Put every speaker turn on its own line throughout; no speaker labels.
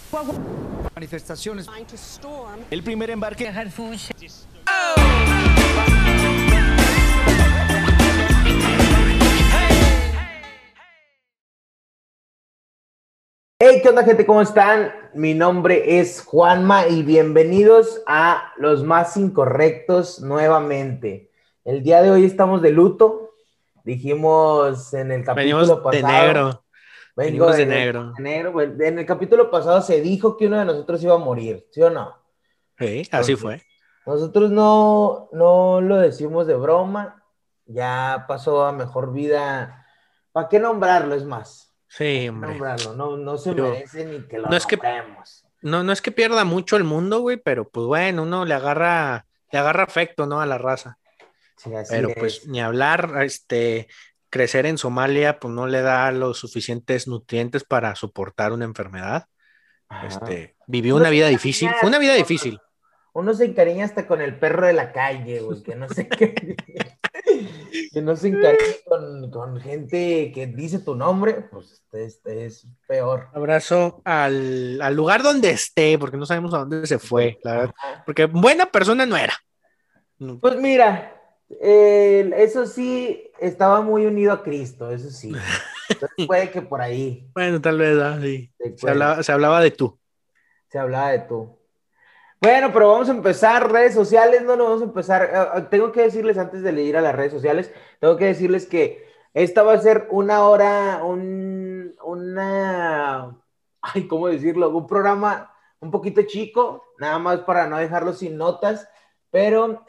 Manifestaciones. El primer embarque.
Hey, ¿qué onda, gente? ¿Cómo están? Mi nombre es Juanma y bienvenidos a Los Más Incorrectos nuevamente. El día de hoy estamos de luto. Dijimos en el capítulo
Venimos de
pasado.
negro. Venimos de negro.
En el capítulo pasado se dijo que uno de nosotros iba a morir, ¿sí o no?
Sí, así fue.
Nosotros no lo decimos de broma. Ya pasó a mejor vida. ¿Para qué nombrarlo? Es más, ¿para
Sí,
qué
hombre.
nombrarlo? No se
Digo,
merece ni que lo
no es que,
nombremos.
no es que pierda mucho el mundo, güey, pero pues bueno, uno le agarra afecto, ¿no? A la raza.
Sí, así
Pero pues
es.
ni hablar, crecer en Somalia, pues no le da los suficientes nutrientes para soportar una enfermedad.
Ajá.
Vivió
Uno
una
se
vida
encariña
difícil. Fue una vida
con,
difícil.
uno se encariña hasta con el perro de la calle, güey, que no sé qué. Que no se encariñe con gente que dice tu nombre, pues este es peor.
Abrazo al lugar donde esté, porque no sabemos a dónde se fue, la verdad.
Ajá.
Porque buena persona no era. No.
Pues mira, eso sí, estaba muy unido a Cristo, eso sí. Entonces puede que por ahí
Bueno, tal vez, sí.
se cuele,
Se hablaba de tú.
se hablaba de tú. Bueno, pero vamos a empezar redes sociales, no vamos a empezar. Tengo que decirles antes de ir a las redes sociales, tengo que decirles que esta va a ser una hora, ay, ¿cómo decirlo? Un programa un poquito chico, nada más para no dejarlo sin notas, pero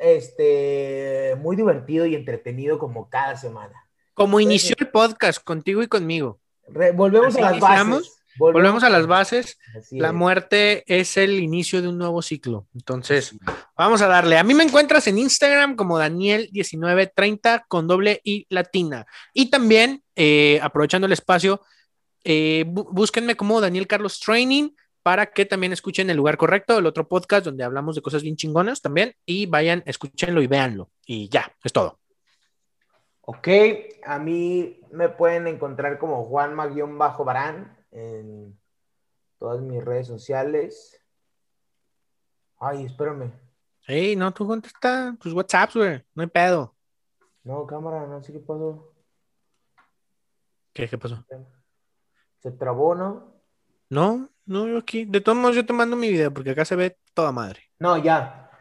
muy divertido y entretenido como cada semana.
Como inició
Entonces,
el podcast contigo y conmigo.
volvemos a
Así
las
iniciamos,
bases, volvemos
volvemos a
a
las
las
bases.
bases, así
La
es.
muerte es el inicio de un nuevo ciclo.
Así
Entonces,
es.
vamos a darle. A mí me encuentras en Instagram como Daniel1930 con doble I latina. Y también, aprovechando el espacio, búsquenme como Daniel Carlos Training para que también escuchen El Lugar Correcto, el otro podcast donde hablamos de cosas bien chingonas también. Y vayan, escúchenlo y véanlo. Y ya, es todo.
Ok, a mí me pueden encontrar como Juanma-Barán en todas mis redes sociales. Ay, espérame.
Hey, no, tú contesta tus WhatsApps, güey. No hay pedo.
No, cámara, no sé qué pasó.
¿Qué pasó?
Se trabó, ¿no?
No, yo aquí. De todos modos, yo te mando mi video porque acá se ve toda madre.
No, ya.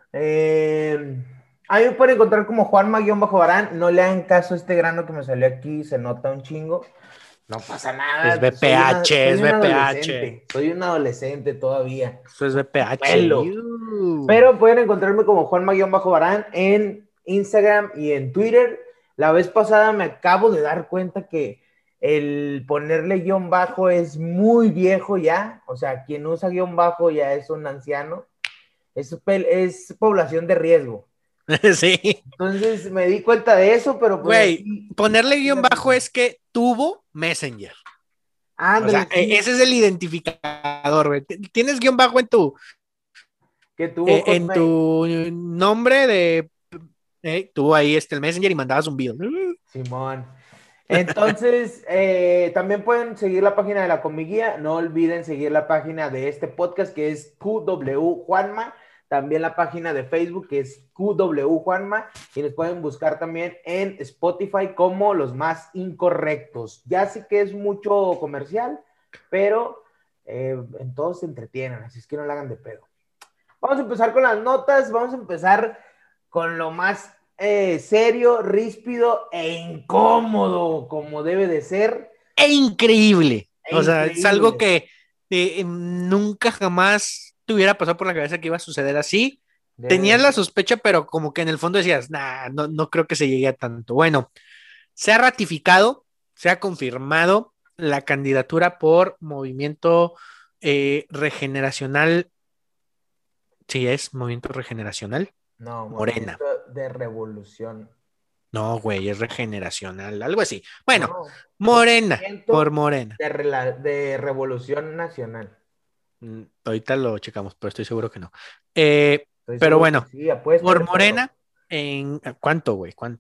A mí me pueden encontrar como Juanma-Barán. No le hagan caso a este grano que me salió aquí, se nota un chingo. No pasa
Es
nada, pues
VPH,
soy
es
un
VPH.
adolescente. Soy un adolescente todavía.
Eso es VPH.
Pelo. Pero pueden encontrarme como Juanma-Barán en Instagram y en Twitter. La vez pasada me acabo de dar cuenta que el ponerle guión bajo es muy viejo ya. O sea, quien usa guión bajo ya es un anciano. Es población de riesgo.
Sí.
Entonces me di cuenta de eso, pero pues
Güey,
así.
ponerle guión
La
bajo
cosa.
es que tuvo Messenger. O
Ándale,
sea,
sí.
ese es el identificador, güey. Tienes guión bajo
Que tuvo
en
Hotmail.
tu nombre de. Tuvo ahí el Messenger y mandabas un video.
Simón. Entonces, también pueden seguir la página de la Comiguía. No olviden seguir la página de este podcast que es QW Juanma. También la página de Facebook que es QW Juanma. Y nos pueden buscar también en Spotify como Los Más Incorrectos. Ya sé que es mucho comercial, pero en todos se entretienen, así es que no la hagan de pedo. Vamos a empezar con las notas. Vamos a empezar con lo más serio, ríspido e incómodo, como debe de ser.
E increíble.
E
O sea, es algo
increíble.
que nunca jamás te hubiera pasado por la cabeza que iba a suceder así.
Debe de
Tenías la
ser.
sospecha, pero como que en el fondo decías, nah, no creo que se llegue a tanto. Bueno, se ha ratificado, se ha confirmado la candidatura por Movimiento Regeneracional. Sí, es Movimiento Regeneracional.
No,
Morena.
movimiento de revolución.
No, güey, es regeneracional, algo así. Bueno,
No,
Morena, por
movimiento
Morena.
de revolución nacional.
Ahorita lo checamos, pero estoy seguro que no.
Estoy
Pero
seguro que
bueno,
sí,
por
apuéstale, perro.
Morena, ¿en cuánto, güey? ¿Cuánto?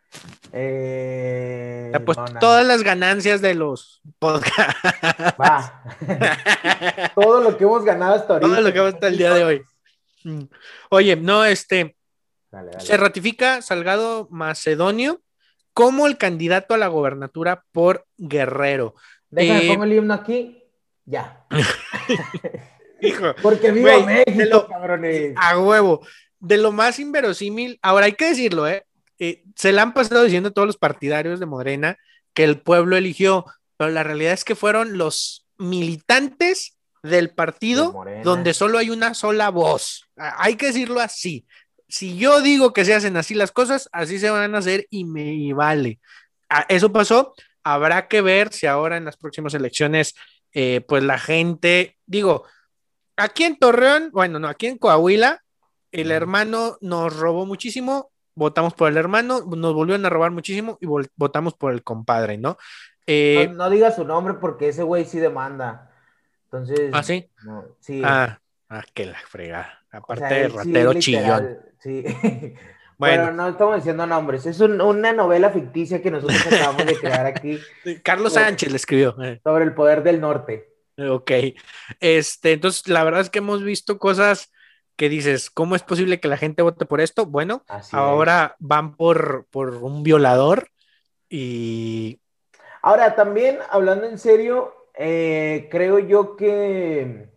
Te apuesto
No, nada.
todas las ganancias de los podcasts.
Va. Todo lo que hemos ganado hasta ahorita.
Todo lo que va hasta el día de hoy. Oye, no,
Dale.
se ratifica Salgado Macedonio como el candidato a la gobernatura por Guerrero.
Déjame pongo el himno aquí. Ya.
Hijo,
Porque viva
güey,
México, cabrones.
A huevo. De lo más inverosímil, ahora hay que decirlo, se le han pasado diciendo a todos los partidarios de Morena que el pueblo eligió, pero la realidad es que fueron los militantes del partido donde solo hay una sola voz. Hay que decirlo así. Si yo digo que se hacen así las cosas, así se van a hacer y me vale. Eso pasó. Habrá que ver si ahora en las próximas elecciones, pues la gente, digo, aquí en Torreón, bueno, no, aquí en Coahuila, el hermano nos robó muchísimo, votamos por el hermano, nos volvieron a robar muchísimo y votamos por el compadre, ¿no?
No diga su nombre porque ese güey sí demanda. Entonces.
¿Ah, sí?
No, sí.
Que la fregada. Aparte
o sea,
de ratero
sí,
chillón.
Sí.
Bueno.
Pero no estamos diciendo nombres. Es una novela ficticia que nosotros acabamos de crear aquí.
Carlos Sánchez le escribió.
Sobre el poder del norte.
Ok. Entonces, la verdad es que hemos visto cosas que dices, ¿cómo es posible que la gente vote por esto? Bueno, ahora van por un violador y...
Ahora, también, hablando en serio, creo yo que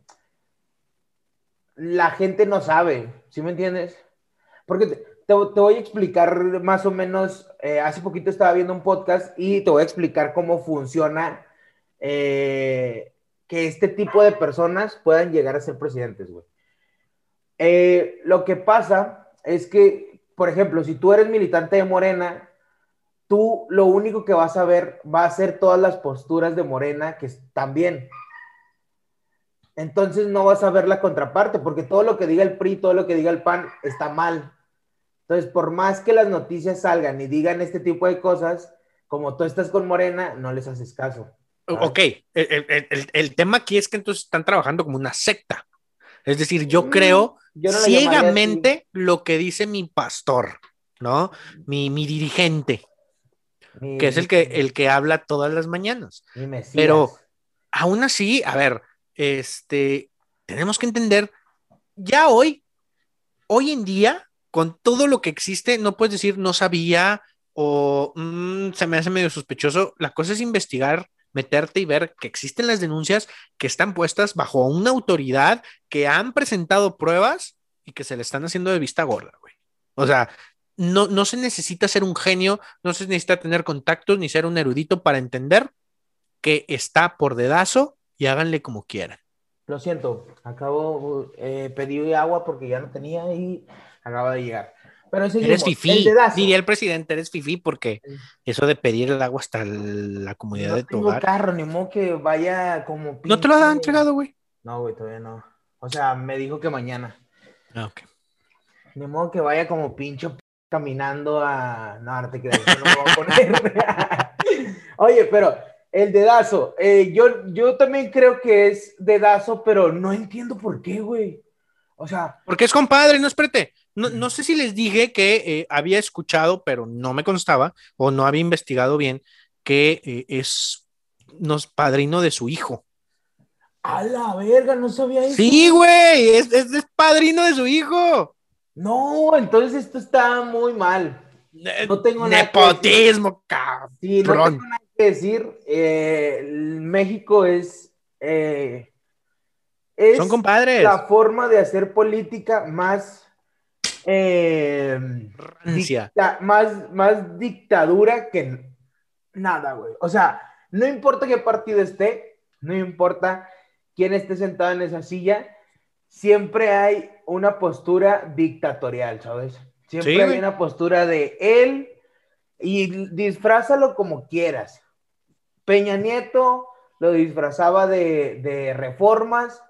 la gente no sabe, ¿sí me entiendes? Porque te voy a explicar más o menos, hace poquito estaba viendo un podcast y te voy a explicar cómo funciona que este tipo de personas puedan llegar a ser presidentes, güey. Lo que pasa es que, por ejemplo, si tú eres militante de Morena, tú lo único que vas a ver va a ser todas las posturas de Morena que están bien. Entonces no vas a ver la contraparte, porque todo lo que diga el PRI, todo lo que diga el PAN está mal. Entonces, por más que las noticias salgan y digan este tipo de cosas, como tú estás con Morena, no les haces caso. ¿Sabes?
Ok, el tema aquí es que entonces están trabajando como una secta. Es decir, yo creo
yo no
ciegamente lo que dice mi pastor, ¿no? Mi dirigente, que es el que habla todas las mañanas.
Mi Mesías.
Pero aún así, a ver, tenemos que entender, ya hoy en día, con todo lo que existe, no puedes decir no sabía o se me hace medio sospechoso. La cosa es investigar, meterte y ver que existen las denuncias que están puestas bajo una autoridad que han presentado pruebas y que se le están haciendo de vista gorda, güey. O sea, no se necesita ser un genio, no se necesita tener contactos ni ser un erudito para entender que está por dedazo y háganle como quieran.
Lo siento, pedí agua porque ya no tenía y acaba de llegar. Pero seguimos.
Eres fifí, diría el presidente, eres fifí porque eso de pedir el agua hasta la comunidad de tu hogar.
No tengo carro, ni modo que vaya como pinche...
¿No te lo han entregado, güey?
No, güey, todavía no. O sea, me dijo que mañana.
Ok.
Ni modo que vaya como pincho caminando a... No te creas, no me voy a poner. Oye, pero el dedazo, yo también creo que es dedazo, pero no entiendo por qué, güey. O sea...
Porque es compadre, no, espérate. No sé si les dije que había escuchado, pero no me constaba, o no había investigado bien, que es padrino de su hijo.
A la verga, no sabía eso.
Sí, güey, es padrino de su hijo.
No, entonces esto está muy mal. No tengo
nepotismo, cabrón.
Sí, no tengo nada que decir. México es
son compadres.
La forma de hacer política más más dictadura que nada, güey. O sea, no importa qué partido esté, no importa quién esté sentado en esa silla, siempre hay una postura dictatorial, ¿sabes? Siempre hay una postura de él y disfrázalo como quieras. Peña Nieto lo disfrazaba de reformas,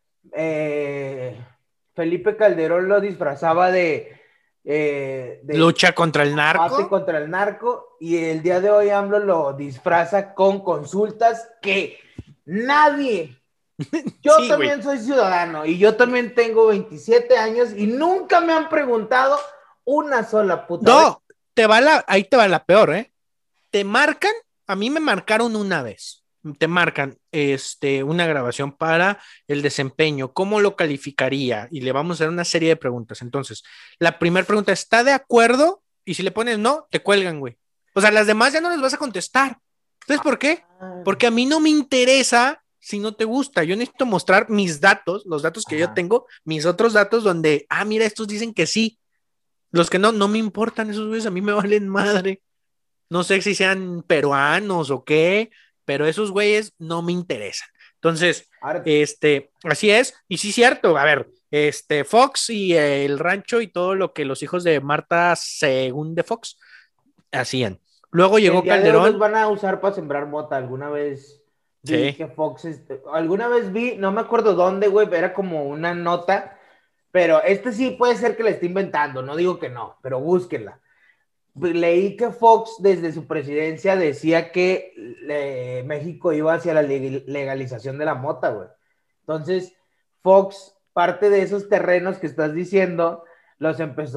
Felipe Calderón lo disfrazaba de
lucha contra el
narco, y el día de hoy AMLO lo disfraza con consultas que nadie... Yo también soy ciudadano y yo también tengo 27 años y nunca me han preguntado una sola puta vez
ahí te va la peor, ¿eh? Te marcan, a mí me marcaron una vez, te marcan una grabación para el desempeño, ¿cómo lo calificaría? Y le vamos a hacer una serie de preguntas. Entonces, la primera pregunta, ¿está de acuerdo? Y si le pones no, te cuelgan, güey. O sea, las demás ya no les vas a contestar. ¿Entonces por qué? Porque a mí no me interesa si no te gusta. Yo necesito mostrar mis datos, los datos que yo tengo, mis otros datos donde, mira, estos dicen que sí. Los que no me importan, esos güeyes a mí me valen madre. No sé si sean peruanos o qué, pero esos güeyes no me interesan. Entonces,
Ahora,
así es. Y sí, cierto. A ver, Fox y el rancho y todo lo que los hijos de Marta, según de Fox, hacían. Luego
que el
llegó
día de hoy los
Calderón.
van a usar para sembrar mota. Alguna vez vi
Sí.
que Fox, alguna vez vi, no me acuerdo dónde, güey, era como una nota, pero sí puede ser que la esté inventando, no digo que no, pero búsquenla. Leí que Fox desde su presidencia decía que México iba hacia la legalización de la mota, güey. Entonces, Fox, parte de esos terrenos que estás diciendo, los empezó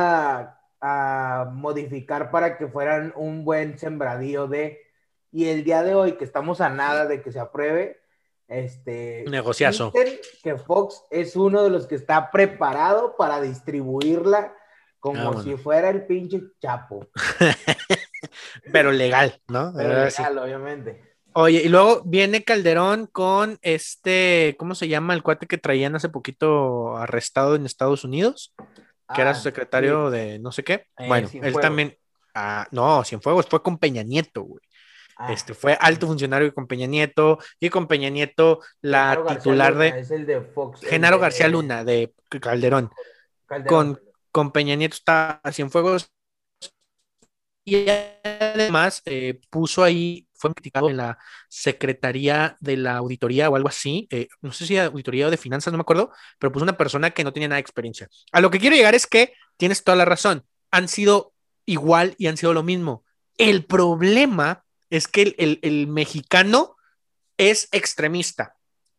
a modificar para que fueran un buen sembradío de... Y el día de hoy, que estamos a nada de que se apruebe,
Negociazo.
dicen que Fox es uno de los que está preparado para distribuirla como
Bueno.
si fuera el pinche Chapo.
Pero legal, ¿no?
Pero legal, obviamente.
Oye, y luego viene Calderón con ¿cómo se llama el cuate que traían hace poquito arrestado en Estados Unidos? Que era su secretario
Sí.
de no sé qué. Bueno, él
Cienfuegos.
también, no, Cienfuegos fue con Peña Nieto, güey. Fue alto funcionario con Peña Nieto, y con Peña Nieto, la
Genaro García
titular
Luna,
de
es el de Fox.
Genaro García Luna, de Calderón.
Calderón.
Con Peña Nieto está Cienfuegos, y además puso ahí, fue criticado en la Secretaría de la Auditoría o algo así, no sé si Auditoría o de Finanzas, no me acuerdo, pero puso una persona que no tenía nada de experiencia. A lo que quiero llegar es que tienes toda la razón, han sido igual y han sido lo mismo. El problema es que el mexicano es extremista.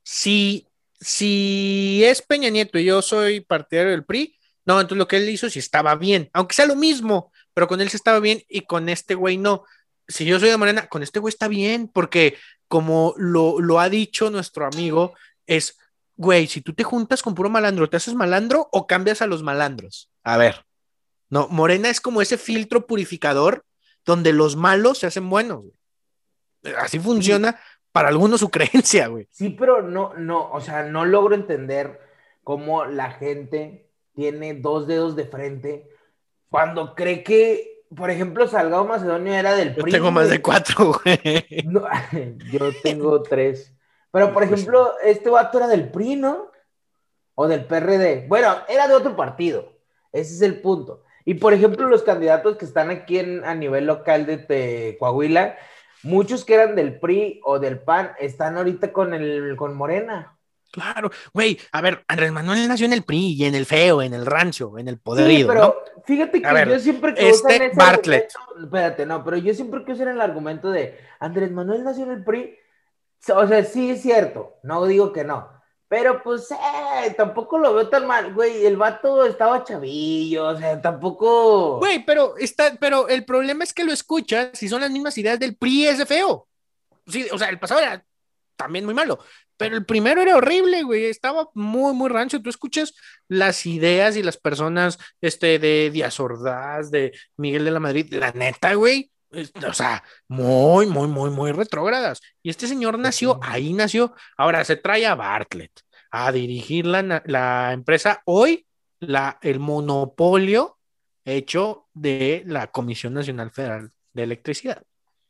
Si es Peña Nieto y yo soy partidario del PRI, no, entonces lo que él hizo sí estaba bien, aunque sea lo mismo, pero con él sí estaba bien y con este güey no. Si yo soy de Morena, con este güey está bien, porque como lo ha dicho nuestro amigo, es, güey, si tú te juntas con puro malandro, ¿te haces malandro o cambias a los malandros? A ver, no, Morena es como ese filtro purificador donde los malos se hacen buenos. Así
Sí,
funciona para algunos su creencia, güey.
sí, pero no, o sea, no logro entender cómo la gente tiene dos dedos de frente cuando cree que, por ejemplo, Salgado Macedonio era del
Yo tengo
PRI,
más de
güey.
4, güey.
No, yo tengo 3. Pero, por
Pues,
ejemplo, este vato era del PRI, ¿no? O del PRD. Bueno, era de otro partido. Ese es el punto. Y por ejemplo, los candidatos que están aquí a nivel local de Coahuila, muchos que eran del PRI o del PAN, están ahorita con Morena.
claro, güey, a ver, Andrés Manuel nació en el PRI y en el feo, en el rancho, en el
Sí,
podrido, ¿no?
pero fíjate
A
que yo
ver,
siempre que usan ese
Bartlett.
argumento, espérate, no, pero yo siempre que usan el argumento de Andrés Manuel nació en el PRI, o sea, sí es cierto, no digo que no, pero pues tampoco lo veo tan mal, güey, el vato estaba chavillo, o sea, tampoco...
Güey, pero el problema es que lo escuchas si son las mismas ideas del PRI ese feo. Sí, o sea, el pasado era también muy malo, pero el primero era horrible, güey, estaba muy, muy rancho. Tú escuchas las ideas y las personas, de Díaz Ordaz, de Miguel de la Madrid, la neta, güey, o sea, muy, muy, muy, muy retrógradas. Y este señor
Pues sí.
nació, ahí nació. Ahora se trae a Bartlett a dirigir la empresa. Hoy, el monopolio hecho de la Comisión Nacional Federal de Electricidad.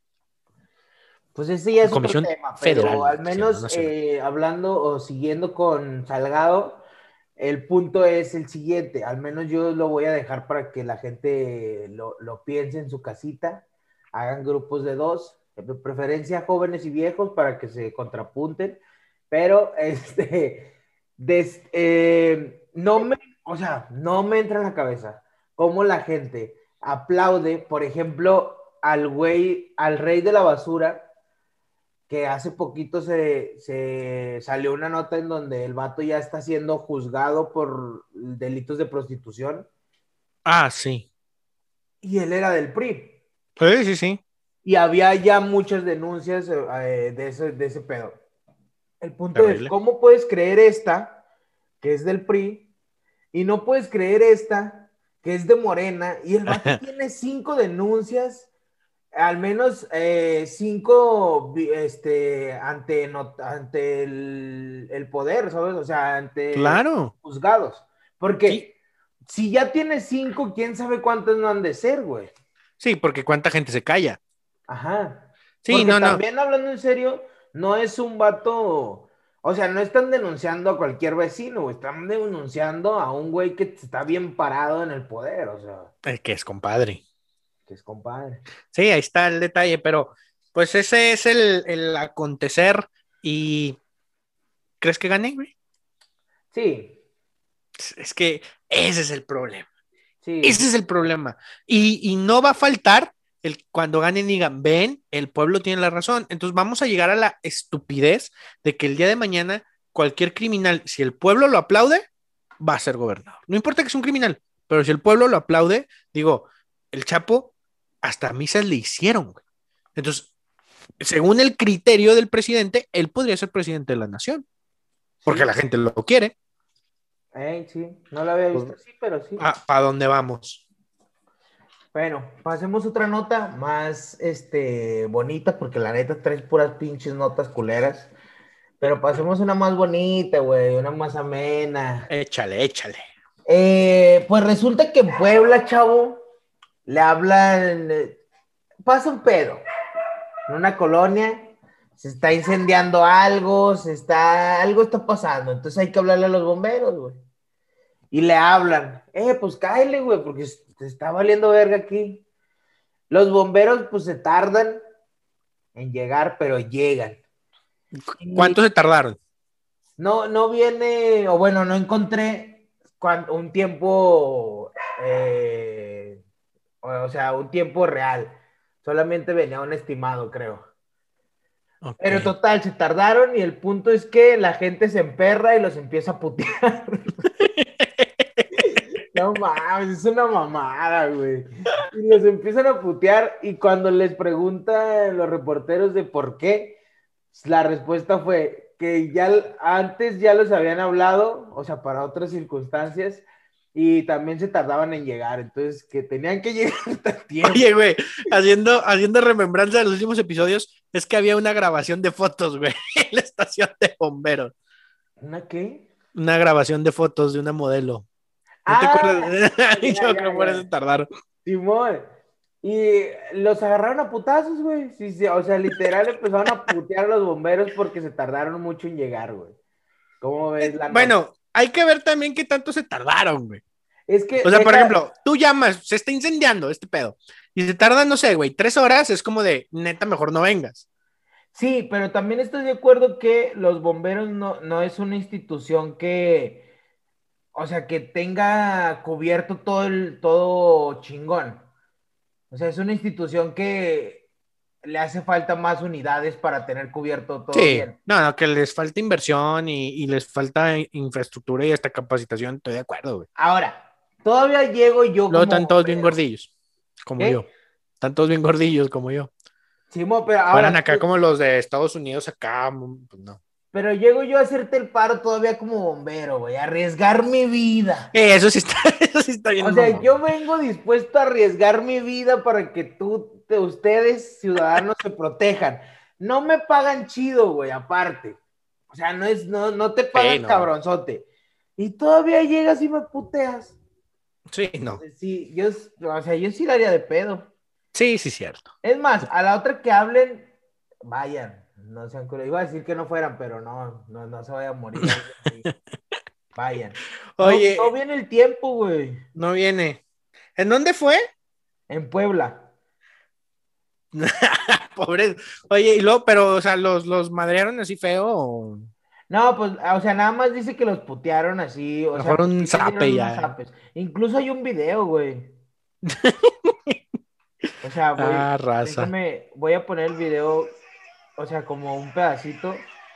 Pues ese ya es otro
Comisión
tema,
Federal
pero
de
al
Electricidad, no
menos
nacional.
hablando o siguiendo con Salgado, el punto es el siguiente, al menos yo lo voy a dejar para que la gente lo piense en su casita, hagan grupos de 2, de preferencia jóvenes y viejos para que se contrapunten, pero no me, o sea, no me entra en la cabeza cómo la gente aplaude, por ejemplo, al güey, al rey de la basura, que hace poquito se salió una nota en donde el vato ya está siendo juzgado por delitos de prostitución.
Ah, sí.
y él era del PRI.
Sí, sí, sí.
Y había ya muchas denuncias de ese pedo. El punto es,
Terrible.
¿cómo puedes creer esta, que es del PRI, y no puedes creer esta, que es de Morena, y el vato tiene 5 denuncias, al menos 5 ante el poder, ¿sabes? O sea, ante
Claro.
juzgados.
Sí,
Porque si ya tiene 5, quién sabe cuántos no han de ser, güey.
sí, porque cuánta gente se calla.
Ajá.
Sí,
Porque
no, no.
también hablando en serio, no es un vato, o sea, no están denunciando a cualquier vecino, güey, están denunciando a un güey que está bien parado en el poder, o sea,
El que es compadre.
que es compadre.
Sí, ahí está el detalle, pero pues ese es el acontecer y ¿crees que gane, güey?
Sí,
Es que ese es el problema.
sí,
Ese
sí.
es el problema. Y no va a faltar el cuando ganen digan, ven, el pueblo tiene la razón. Entonces vamos a llegar a la estupidez de que el día de mañana cualquier criminal, si el pueblo lo aplaude, va a ser gobernador. No importa que sea un criminal, pero si el pueblo lo aplaude, digo, el Chapo hasta misas le hicieron, güey. Entonces, según el criterio del presidente, él podría ser presidente de la nación, porque
Sí,
la gente lo quiere.
sí, no lo había
Pues,
visto así, pero sí.
¿para dónde vamos?
Bueno, pasemos otra nota más, bonita, porque la neta traes puras pinches notas culeras, pero pasemos una más bonita, güey, una más amena.
Échale, échale.
Pues resulta que en Puebla, chavo, le hablan, pasa un pedo, en una colonia, se está incendiando algo, algo está pasando, entonces hay que hablarle a los bomberos, güey. Y le hablan, pues cáele, güey, porque te está valiendo verga aquí. Los bomberos, pues se tardan en llegar, pero llegan. Y
¿Cuánto se tardaron?
no viene, o bueno, no encontré un tiempo, o sea, un tiempo real. Solamente venía un estimado, creo.
Ok.
Pero total, se tardaron y el punto es que la gente se emperra y los empieza a putear. No mames, es una mamada, güey. Y los empiezan a putear y cuando les preguntan los reporteros de por qué, la respuesta fue que ya antes ya los habían hablado, o sea, para otras circunstancias, y también se tardaban en llegar, entonces que tenían que llegar hasta tiempo.
Oye, güey, haciendo remembranza de los últimos episodios, es que había una grabación de fotos, güey, en la estación de bomberos.
¿Una qué?
Una grabación de fotos de una modelo. ¿No te
Ah,
acuerdas?
ya,
Yo
ya,
creo por eso
ya.
tardaron.
Simón. Y los agarraron a putazos, güey. Sí, sí, o sea, literal empezaron a putear a los bomberos porque se tardaron mucho en llegar, güey. ¿Cómo ves la nota?
Bueno, hay que ver también qué tanto se tardaron, güey.
Es que
O sea, por
deja,
ejemplo, tú llamas, se está incendiando este pedo, y se tardan, no sé, güey, 3 horas, es como de, neta, mejor no vengas.
sí, pero también estoy de acuerdo que los bomberos no es una institución que, o sea, que tenga cubierto todo chingón. O sea, es una institución que le hace falta más unidades para tener cubierto todo
Sí,
bien.
no, no, que les falta inversión y les falta infraestructura y hasta capacitación, estoy de acuerdo, güey.
Ahora, todavía llego yo
Luego
como
están todos bien
bombero.
gordillos, como yo.
¿Qué?
Están todos bien gordillos, como yo.
Simón, pero
Fueran
ahora,
acá como los de Estados Unidos, acá, pues no.
pero llego yo a hacerte el paro todavía como bombero, güey, a arriesgar mi vida.
Eso sí está, eso sí está
O
bien,
sea,
mamón.
yo vengo dispuesto a arriesgar mi vida para que ustedes, ciudadanos, se protejan. No me pagan chido, güey, aparte. O sea, no te
Sí,
pagan
no.
cabronzote. Y todavía llegas y me puteas.
Sí, no.
Entonces, sí, o sea, yo sí la haría de pedo.
Sí, sí, cierto.
Es más, a la otra que hablen, vayan. No sean culeros. Iba a decir que no fueran, pero no se vaya a morir alguien ahí. Vayan. No
Oye,
viene el tiempo, güey.
no viene. ¿En dónde fue?
En Puebla.
Pobre. Oye, y luego, pero, o sea, los madrearon así feo.
No, pues, o sea, nada más dice que los putearon así, o sea,
Mejor
pues
un
sí les dieron
zape
unos
ya.
zapes. Incluso hay un video, güey. O sea,
Ah, raza.
voy a poner el video, o sea, como un pedacito.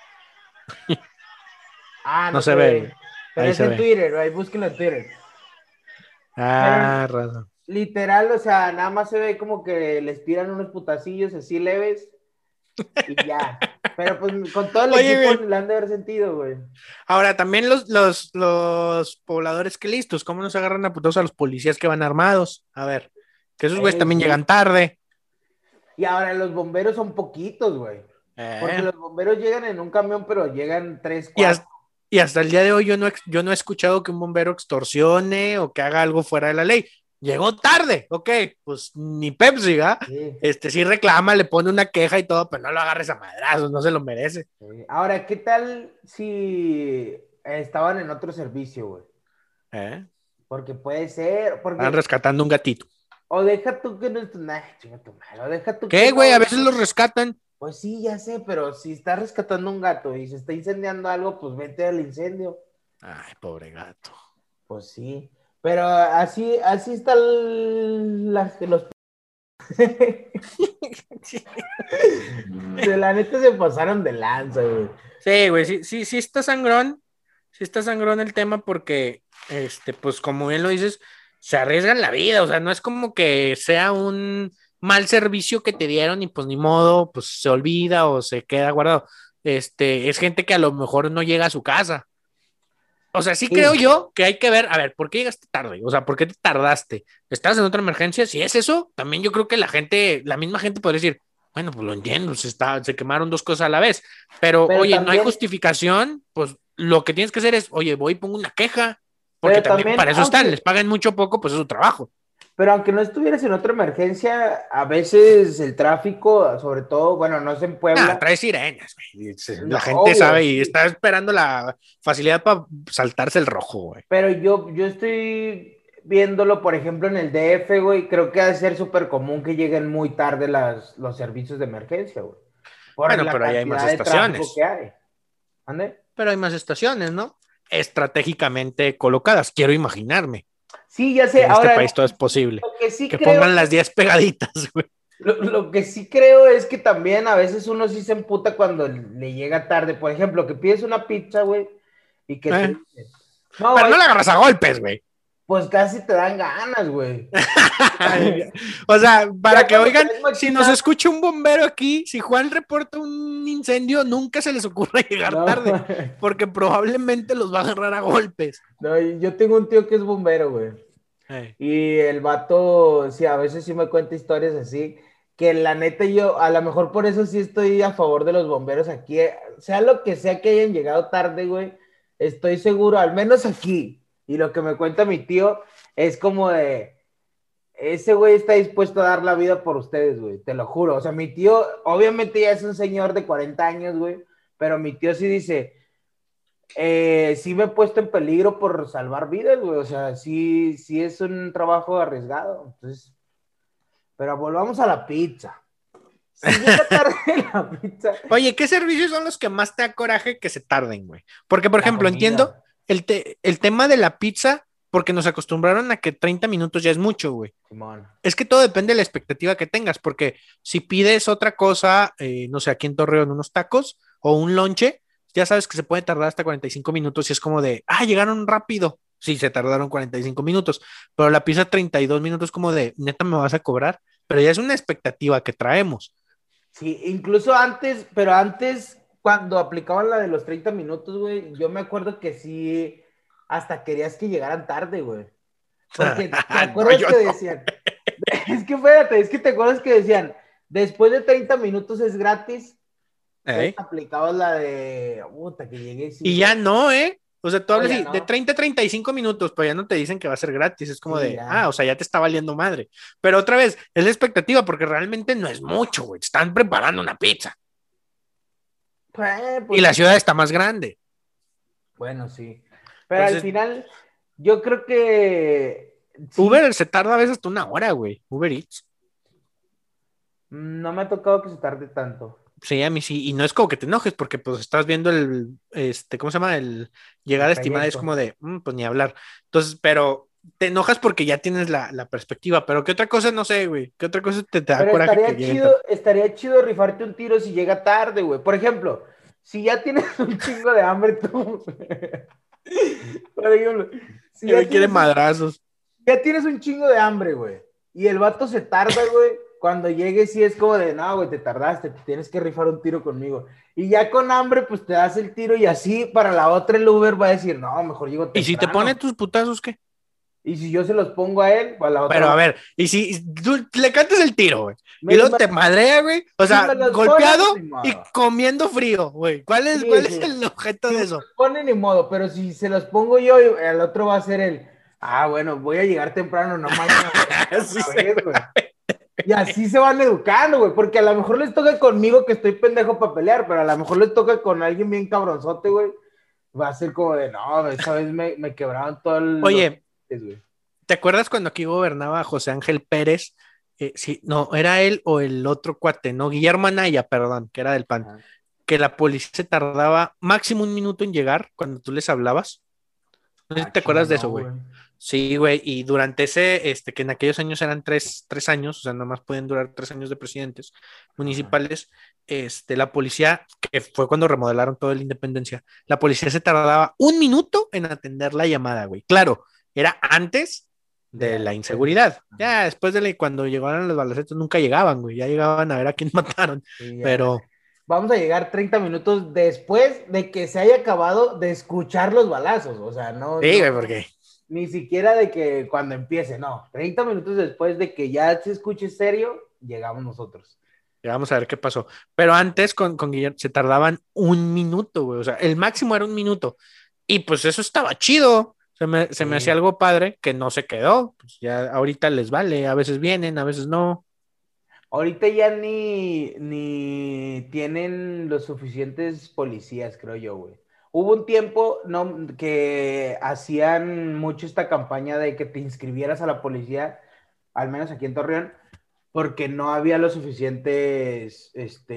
Ah,
No
no
se
se
ve,
ve.
güey.
Pero
Ahí
es
se
en
ve.
Twitter, ahí búsquenlo en Twitter. Pero
Ah, raza.
literal, o sea, nada más se ve como que les tiran unos putacillos así leves y ya. Pero pues con todo el
Oye,
equipo
güey,
le han de haber sentido, güey.
ahora también los pobladores que listos, ¿cómo no se agarran a putazos a los policías que van armados? A ver, que esos güeyes también
Sí.
llegan tarde.
Y ahora los bomberos son poquitos, güey. Porque
Eh,
los bomberos llegan en un camión, pero llegan tres,
y,
cuatro.
y hasta el día de hoy yo no he escuchado que un bombero extorsione o que haga algo fuera de la ley. Llegó tarde, ok, pues ni Pepsi, ¿ah?
Sí,
Sí reclama, le pone una queja y todo, pero no lo agarres a madrazos, no se lo merece.
sí. Ahora, ¿qué tal si estaban en otro servicio, güey?
¿Eh?
Porque puede ser,
Van
porque,
rescatando un gatito.
o deja tú que no, nah, chinga tu madre, o deja tú que
¿Qué, güey?
no,
A veces los rescatan.
pues sí, ya sé, pero si estás rescatando un gato y se está incendiando algo, pues vete al incendio.
Ay, pobre gato.
Pues sí, pero así están los... De la neta se pasaron de lanza, güey.
Sí, güey, sí está sangrón el tema porque, pues como bien lo dices, se arriesgan la vida, o sea, no es como que sea un mal servicio que te dieron y pues ni modo, pues se olvida o se queda guardado. Es gente que a lo mejor no llega a su casa. O sea, sí creo
Sí,
yo que hay que ver, a ver, ¿por qué llegaste tarde? O sea, ¿por qué te tardaste? ¿Estás en otra emergencia? Si es eso, también yo creo que la misma gente podría decir, bueno, pues lo entiendo, se quemaron dos cosas a la vez, pero
pero
oye, no hay
también,
justificación, pues lo que tienes que hacer es, oye, voy y pongo una queja, porque
pero
también
también,
para eso están, les pagan mucho poco, pues es su trabajo.
aunque no estuvieras en otra emergencia, a veces el tráfico, sobre todo, bueno, no es en
Ah,
Puebla,
trae sirenas, güey.
no,
La gente
obvio,
sabe y
sí,
está esperando la facilidad para saltarse el rojo, güey.
pero yo estoy viéndolo, por ejemplo, en el DF, güey, creo que ha de ser súper común que lleguen muy tarde los servicios de emergencia, güey, por
Bueno,
la
pero ahí hay más
cantidad de tráfico que
estaciones.
hay. ¿Ande?
Pero hay más estaciones, ¿no? Estratégicamente colocadas, quiero imaginarme
Sí, ya
que
sé,
en este
ahora,
país todo es posible.
lo que sí
Que
creo,
pongan las 10 pegaditas, güey.
lo que sí creo es que también a veces uno sí se emputa cuando le llega tarde. Por ejemplo, que pides una pizza, güey, y que te
Eh.
dice, no,
Pero
güey,
no la agarras a golpes, güey.
pues casi te dan ganas, güey.
O sea, para
Ya
que
cuando
oigan,
traes
si nos
machina,
escucha un bombero aquí, si Juan reporta un incendio, nunca se les ocurra llegar
no,
tarde, porque probablemente los va a agarrar a golpes.
no, yo tengo un tío que es bombero, güey.
Eh.
Y el vato, sí, a veces sí me cuenta historias así, que la neta yo, a lo mejor por eso sí estoy a favor de los bomberos aquí, sea lo que sea que hayan llegado tarde, güey, estoy seguro, al menos aquí, y lo que me cuenta mi tío es como de, ese güey está dispuesto a dar la vida por ustedes, güey, te lo juro, o sea, mi tío, obviamente ya es un señor de 40 años, güey, pero mi tío sí dice, sí me he puesto en peligro por salvar vidas, güey. O sea, sí es un trabajo arriesgado. Entonces, pero volvamos a la pizza. Si llega tarde la pizza,
Oye, ¿qué servicios son los que más te da coraje que se tarden, güey? Porque, por
la
ejemplo, entiendo
comida,
el tema de la pizza, porque nos acostumbraron a que 30 minutos ya es mucho, güey.
Simón.
Es que todo depende de la expectativa que tengas, porque si pides otra cosa, no sé, aquí en Torreón, unos tacos o un lonche, ya sabes que se puede tardar hasta 45 minutos y es como de, llegaron rápido. Sí, se tardaron 45 minutos, pero la pizza 32 minutos como de, neta, me vas a cobrar, pero ya es una expectativa que traemos.
Sí, incluso antes, pero antes, cuando aplicaban la de los 30 minutos, güey, yo me acuerdo que sí, hasta querías que llegaran tarde, güey. Porque te
No,
acuerdas
yo
que
no.
decían, es que espérate, es que te acuerdas que decían, después de 30 minutos es gratis. Entonces
¿Eh?
aplicabas la de, puta, que llegué
Y
sí.
ya no, ¿eh? O sea, tú
No,
hablas
ya
así, de
no.
30 a 35 minutos, pero ya no te dicen que va a ser gratis. Es como
Sí,
de,
ya.
o sea, ya te está valiendo madre. Pero otra vez, es la expectativa, porque realmente no es mucho, güey. Te están preparando una pizza. Y
Pues
la
sí.
ciudad está más grande.
Bueno, sí. Pero al
Entonces,
final, yo creo que sí,
Uber se tarda a veces hasta una hora, güey. Uber Eats.
no me ha tocado que se tarde tanto.
Sí, a mí sí. Y no es como que te enojes, porque pues estás viendo ¿cómo se llama? El
El
llegada estimada, es como
trayecto.
de, pues ni hablar. Entonces, pero te enojas porque ya tienes la perspectiva. Pero ¿qué otra cosa? No sé, güey. ¿Qué otra cosa te da
Pero
coraje que lleguen tarde?
estaría chido rifarte un tiro si llega tarde, güey. Por ejemplo, si ya tienes un chingo de hambre tú. Por ejemplo, si
Que
ya
me quiere
tienes un
madrazos.
ya tienes un chingo de hambre, güey. Y el vato se tarda, güey. Cuando llegue, sí es como de, no, güey, te tardaste, te tienes que rifar un tiro conmigo. Y ya con hambre, pues te das el tiro y así para la otra el Uber va a decir, no, mejor llego temprano.
¿Y si te pone tus putazos, qué?
Y si yo se los pongo a él, para la otra.
Pero a ver, y si tú le cantas el tiro, güey, y luego te madrea, güey, o sea, golpeado y comiendo frío, güey. ¿Cuál es el objeto de eso?
No pone ni modo, pero si se los pongo yo, el otro va a ser el, bueno, voy a llegar temprano, no mañana.
Sí,
güey. Y así se van educando, güey, porque a lo mejor les toca conmigo que estoy pendejo para pelear, pero a lo mejor les toca con alguien bien cabronzote, güey. Va a ser como de, no, esa vez me quebraron todo el...
Oye, ¿te acuerdas cuando aquí gobernaba José Ángel Pérez? Sí, no, era él o el otro cuate, ¿no? Guillermo Anaya, perdón, que era del PAN. Ajá. Que la policía se tardaba máximo 1 minuto en llegar cuando tú les hablabas. No sé si te acuerdas de eso, güey. Sí, güey, y durante ese, que en aquellos años eran tres años, o sea, nomás pueden durar 3 años de presidentes municipales, la policía, que fue cuando remodelaron toda la Independencia, la policía se tardaba 1 minuto en atender la llamada, güey. Claro, era antes de la inseguridad. Ya después cuando llegaron los balacetos nunca llegaban, güey, ya llegaban a ver a quién mataron, sí, pero...
Vamos a llegar 30 minutos después de que se haya acabado de escuchar los balazos, o sea, no...
Sí, güey, ¿por qué?
Ni siquiera de que cuando empiece, no. 30 minutos después de que ya se escuche serio, llegamos nosotros.
Vamos a ver qué pasó. Pero antes con Guillermo se tardaban 1 minuto, güey. O sea, el máximo era 1 minuto. Y pues eso estaba chido. Se me hacía algo padre que no se quedó. Pues ya ahorita les vale. A veces vienen, a veces no.
Ahorita ya ni tienen los suficientes policías, creo yo, güey. Hubo un tiempo que hacían mucho esta campaña de que te inscribieras a la policía, al menos aquí en Torreón, porque no había los suficientes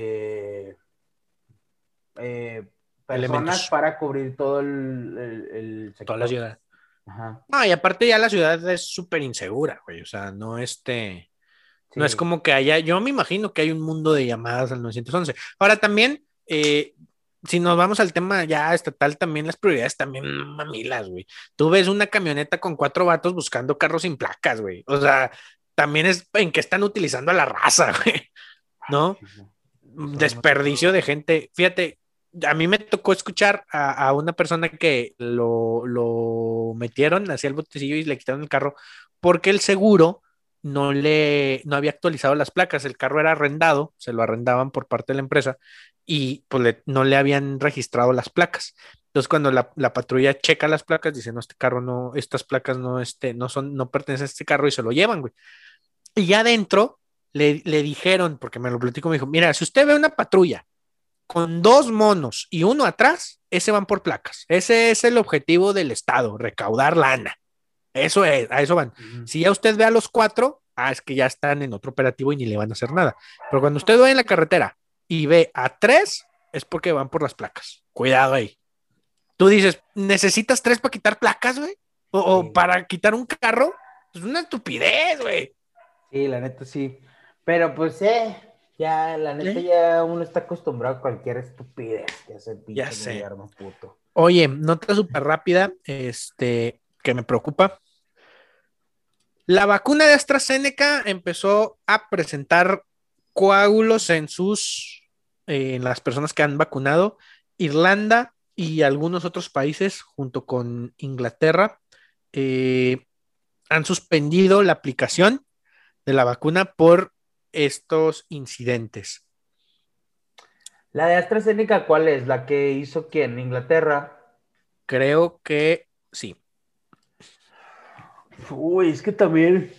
personas elementos para cubrir todo el sector.
Toda la ciudad. Ajá. No, y aparte ya la ciudad es súper insegura, güey. O sea, no Sí. No es como que yo me imagino que hay un mundo de llamadas al 911. Ahora también, si nos vamos al tema ya estatal, también las prioridades también mamilas, güey. Tú ves una camioneta con 4 vatos buscando carros sin placas, güey. O sea, también es en que están utilizando a la raza, güey. ¿No? Desperdicio de gente. Fíjate, a mí me tocó escuchar a una persona que lo metieron hacia el botecillo y le quitaron el carro porque el seguro no había actualizado las placas, el carro era arrendado, se lo arrendaban por parte de la empresa y pues no le habían registrado las placas. Entonces cuando la patrulla checa las placas, dice, no, este carro no, estas placas no pertenecen a este carro y se lo llevan, güey. Y ya adentro le dijeron, porque me lo platico, me dijo, mira, si usted ve una patrulla con 2 monos y 1 atrás, ese van por placas. Ese es el objetivo del Estado, recaudar lana. Eso es, a eso van. Si ya usted ve a los 4, es que ya están en otro operativo y ni le van a hacer nada. Pero cuando usted va en la carretera y ve a 3, es porque van por las placas. Cuidado ahí. Tú dices, ¿necesitas 3 para quitar placas, güey? O para quitar un carro. Es una estupidez, güey.
Sí, la neta sí. Pero pues, ya, la neta ya uno está acostumbrado a cualquier estupidez que hace el pinche gobierno, puto.
Oye, nota súper rápida, que me preocupa. La vacuna de AstraZeneca empezó a presentar coágulos en las personas que han vacunado. Irlanda y algunos otros países, junto con Inglaterra, han suspendido la aplicación de la vacuna por estos incidentes.
¿La de AstraZeneca cuál es? ¿La que hizo quién? ¿Inglaterra?
Creo que sí.
Uy, es que también...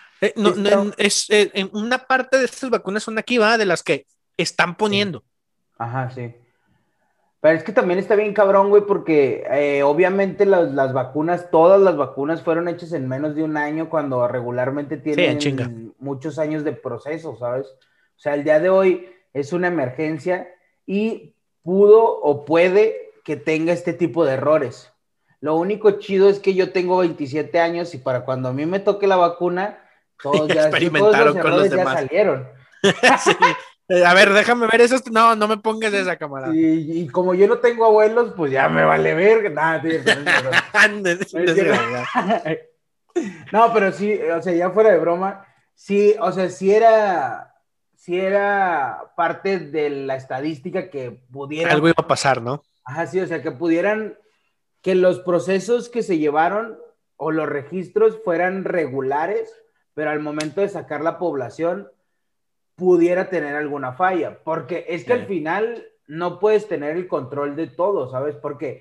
en una parte de estas vacunas son aquí, ¿va? De las que están poniendo.
Sí. Ajá, sí. Pero es que también está bien cabrón, güey, porque obviamente las vacunas, todas las vacunas fueron hechas en menos de 1 año cuando regularmente tienen muchos años de proceso, ¿sabes? O sea, el día de hoy es una emergencia y pudo o puede que tenga este tipo de errores. Lo único chido es que yo tengo 27 años y para cuando a mí me toque la vacuna, todos ya
experimentaron con los demás.
Ya salieron.
Sí. A ver, déjame ver eso. No me pongas esa, camarada.
Y como yo no tengo abuelos, pues ya me vale ver. Nada, tío. No, pero sí, o sea, ya fuera de broma, sí, o sea, sí era parte de la estadística que pudieran,
Algo iba a pasar, ¿no?
ajá, sí, o sea, que pudieran, que los procesos que se llevaron o los registros fueran regulares, pero al momento de sacar la población pudiera tener alguna falla, porque es que al final no puedes tener el control de todo, ¿sabes? Porque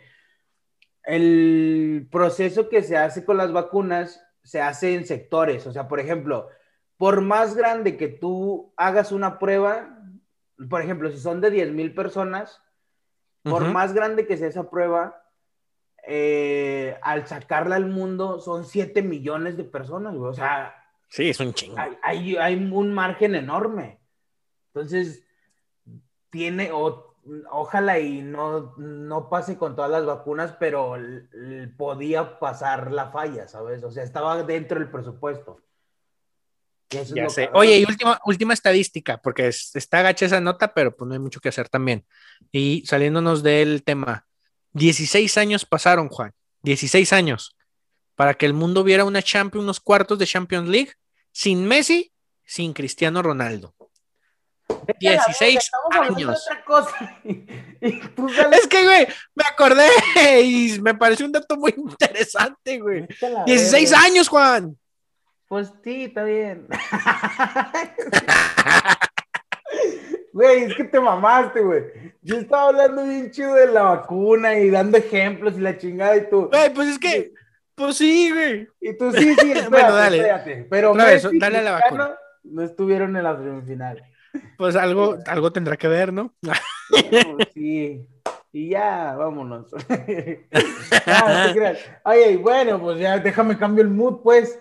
el proceso que se hace con las vacunas se hace en sectores. O sea, por ejemplo, por más grande que tú hagas una prueba, por ejemplo, si son de 10,000 personas, por
Ujú.
más grande que sea esa prueba, al sacarla al mundo son 7 millones de personas, güey. O sea,
Sí, es un chingo.
hay un margen enorme. Entonces, ojalá y no pase con todas las vacunas, pero podía pasar la falla, ¿sabes? O sea, estaba dentro del presupuesto. Y eso es
Ya
lo
sé. Oye,
cabrón.
y última estadística, porque está gacha esa nota, pero pues no hay mucho que hacer también. Y saliéndonos del tema, 16 años pasaron, Juan. 16 años para que el mundo viera una Champions, unos cuartos de Champions League sin Messi, sin Cristiano Ronaldo.
Vete a la verga,
16
estamos hablando de
años.
otra cosa. Y tú sales,
Es que, güey, me acordé y me pareció un dato muy interesante, güey.
vete a la
16
verga.
años, Juan.
Pues sí, está bien. Güey, es que te mamaste, güey. Yo estaba hablando bien chido de la vacuna y dando ejemplos y la chingada y tú.
Güey, pues es que, pues sí, güey.
Y tú, sí, sí,
Bueno,
espérate,
dale,
espérate. Pero
otra vez,
Messi y
dale a la vacuna.
Cristiano no estuvieron en la semifinal.
Pues algo tendrá que ver, ¿no?
Pues sí. Y ya, vámonos. No te creas. Oye, bueno, pues ya déjame cambio el mood, pues.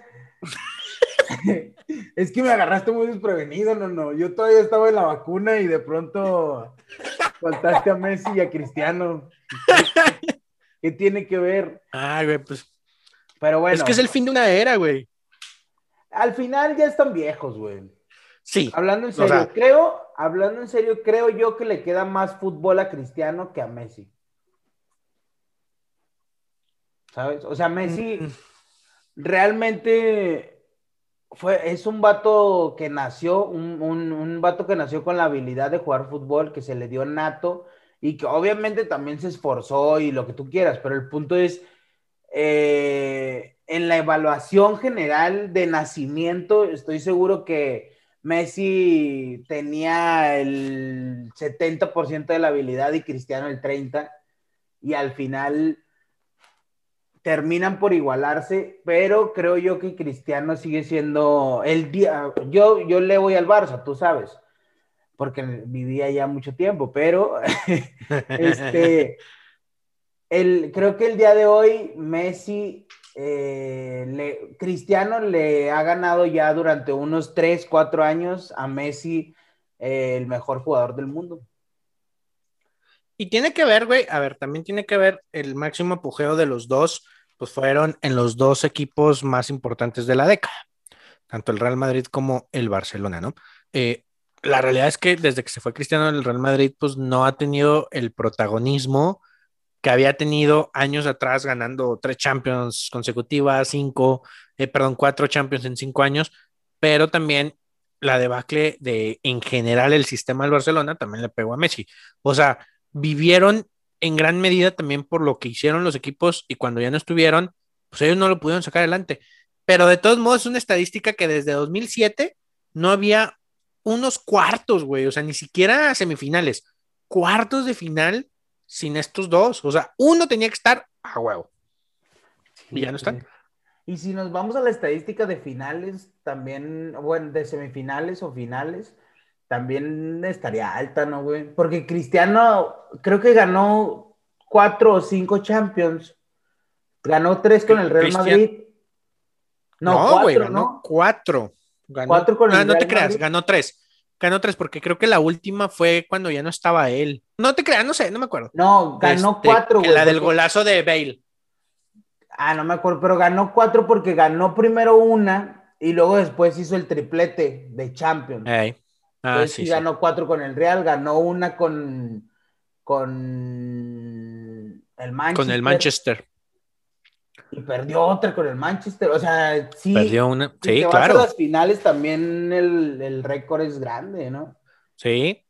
Es que me agarraste muy desprevenido, no. Yo todavía estaba en la vacuna y de pronto faltaste a Messi y a Cristiano. ¿Qué tiene que ver?
Ay, güey, pues
Pero
es que es
bueno,
el fin de una era, güey.
al final ya están viejos, güey.
Sí, o sea,
Hablando en serio, creo yo que le queda más fútbol a Cristiano que a Messi. ¿Sabes? O sea,
mm,
Messi realmente es un vato que nació, un vato que nació con la habilidad de jugar fútbol, que se le dio nato y que obviamente también se esforzó y lo que tú quieras, pero el punto es, en la evaluación general de nacimiento, estoy seguro que Messi tenía el 70% de la habilidad y Cristiano el 30%, y al final terminan por igualarse, pero creo yo que Cristiano sigue siendo el día. Yo le voy al Barça, tú sabes, porque vivía ya mucho tiempo, pero este, creo que el día de hoy Messi, Cristiano le ha ganado ya durante unos 3 4 años a Messi, el mejor jugador del mundo.
y tiene que ver, güey, a ver, también tiene que ver el máximo apogeo de los dos, pues fueron en los dos equipos más importantes de la década, tanto el Real Madrid como el Barcelona, ¿no? Eh, la realidad es que desde que se fue Cristiano del Real Madrid, pues no ha tenido el protagonismo que había tenido años atrás ganando 3 Champions consecutivas, perdón, 4 Champions en 5 años, pero también la debacle de en general el sistema del Barcelona también le pegó a Messi. O sea, vivieron en gran medida también por lo que hicieron los equipos y cuando ya no estuvieron, pues ellos no lo pudieron sacar adelante. Pero de todos modos es una estadística que desde 2007 no había unos cuartos, güey, o sea, ni siquiera semifinales, cuartos de final sin estos dos. O sea, uno tenía que estar a huevo. Y ya
Sí,
no están.
pues, y si nos vamos a la estadística de finales, también, bueno, de semifinales o finales, también estaría alta, ¿no, güey? Porque Cristiano creo que ganó 4 o 5 Champions. Ganó 3 con el Real
Cristian.
Madrid. No,
No, güey,
4,
ganó
¿no?
4. Ganó.
4 con
Ah,
el
no te
Real
creas,
Madrid.
ganó 3. Ganó 3 porque creo que la última fue cuando ya no estaba él. No te creas, no sé, no me acuerdo.
No, ganó 4,
Que
güey,
la del
porque,
golazo de Bale.
no me acuerdo, pero ganó 4 porque ganó primero una y luego después hizo el triplete de Champions.
Ey. Ah,
Entonces
sí,
sí
sí.
ganó 4 con el Real, ganó una con el
Con el
Manchester,
Manchester.
y perdió otra con el Manchester. O sea, sí,
Perdió una.
si
Sí,
te vas a
claro.
las finales también el récord es grande, ¿no?
Sí.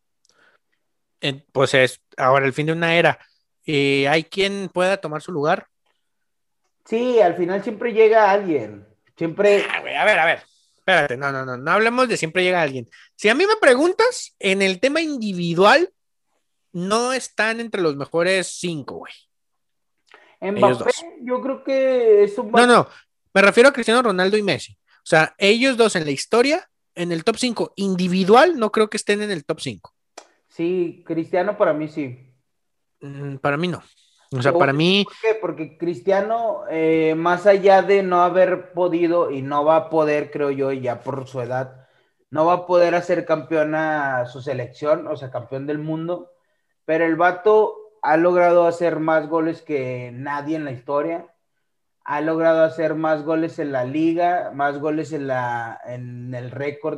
Pues es ahora el fin de una era. ¿Hay quien pueda tomar su lugar?
Sí, al final siempre llega alguien. Siempre,
Güey, a ver. Espérate, no hablemos de siempre llega alguien. Si a mí me preguntas, en el tema individual, no están entre los mejores 5, güey. Ellos
Mbappé,
dos.
yo creo que es un vato.
No, me refiero a Cristiano Ronaldo y Messi. O sea, ellos dos en la historia, en el top 5 individual, no creo que estén en el top 5.
Sí, Cristiano para mí sí.
Para mí no. O
Te
sea,
voy
para
a decir
mí,
por qué, porque Cristiano, más allá de no haber podido y no va a poder, creo yo, ya por su edad, no va a poder hacer campeón a su selección, o sea, campeón del mundo, pero el vato ha logrado hacer más goles que nadie en la historia, ha logrado hacer más goles en la liga, más goles en el récord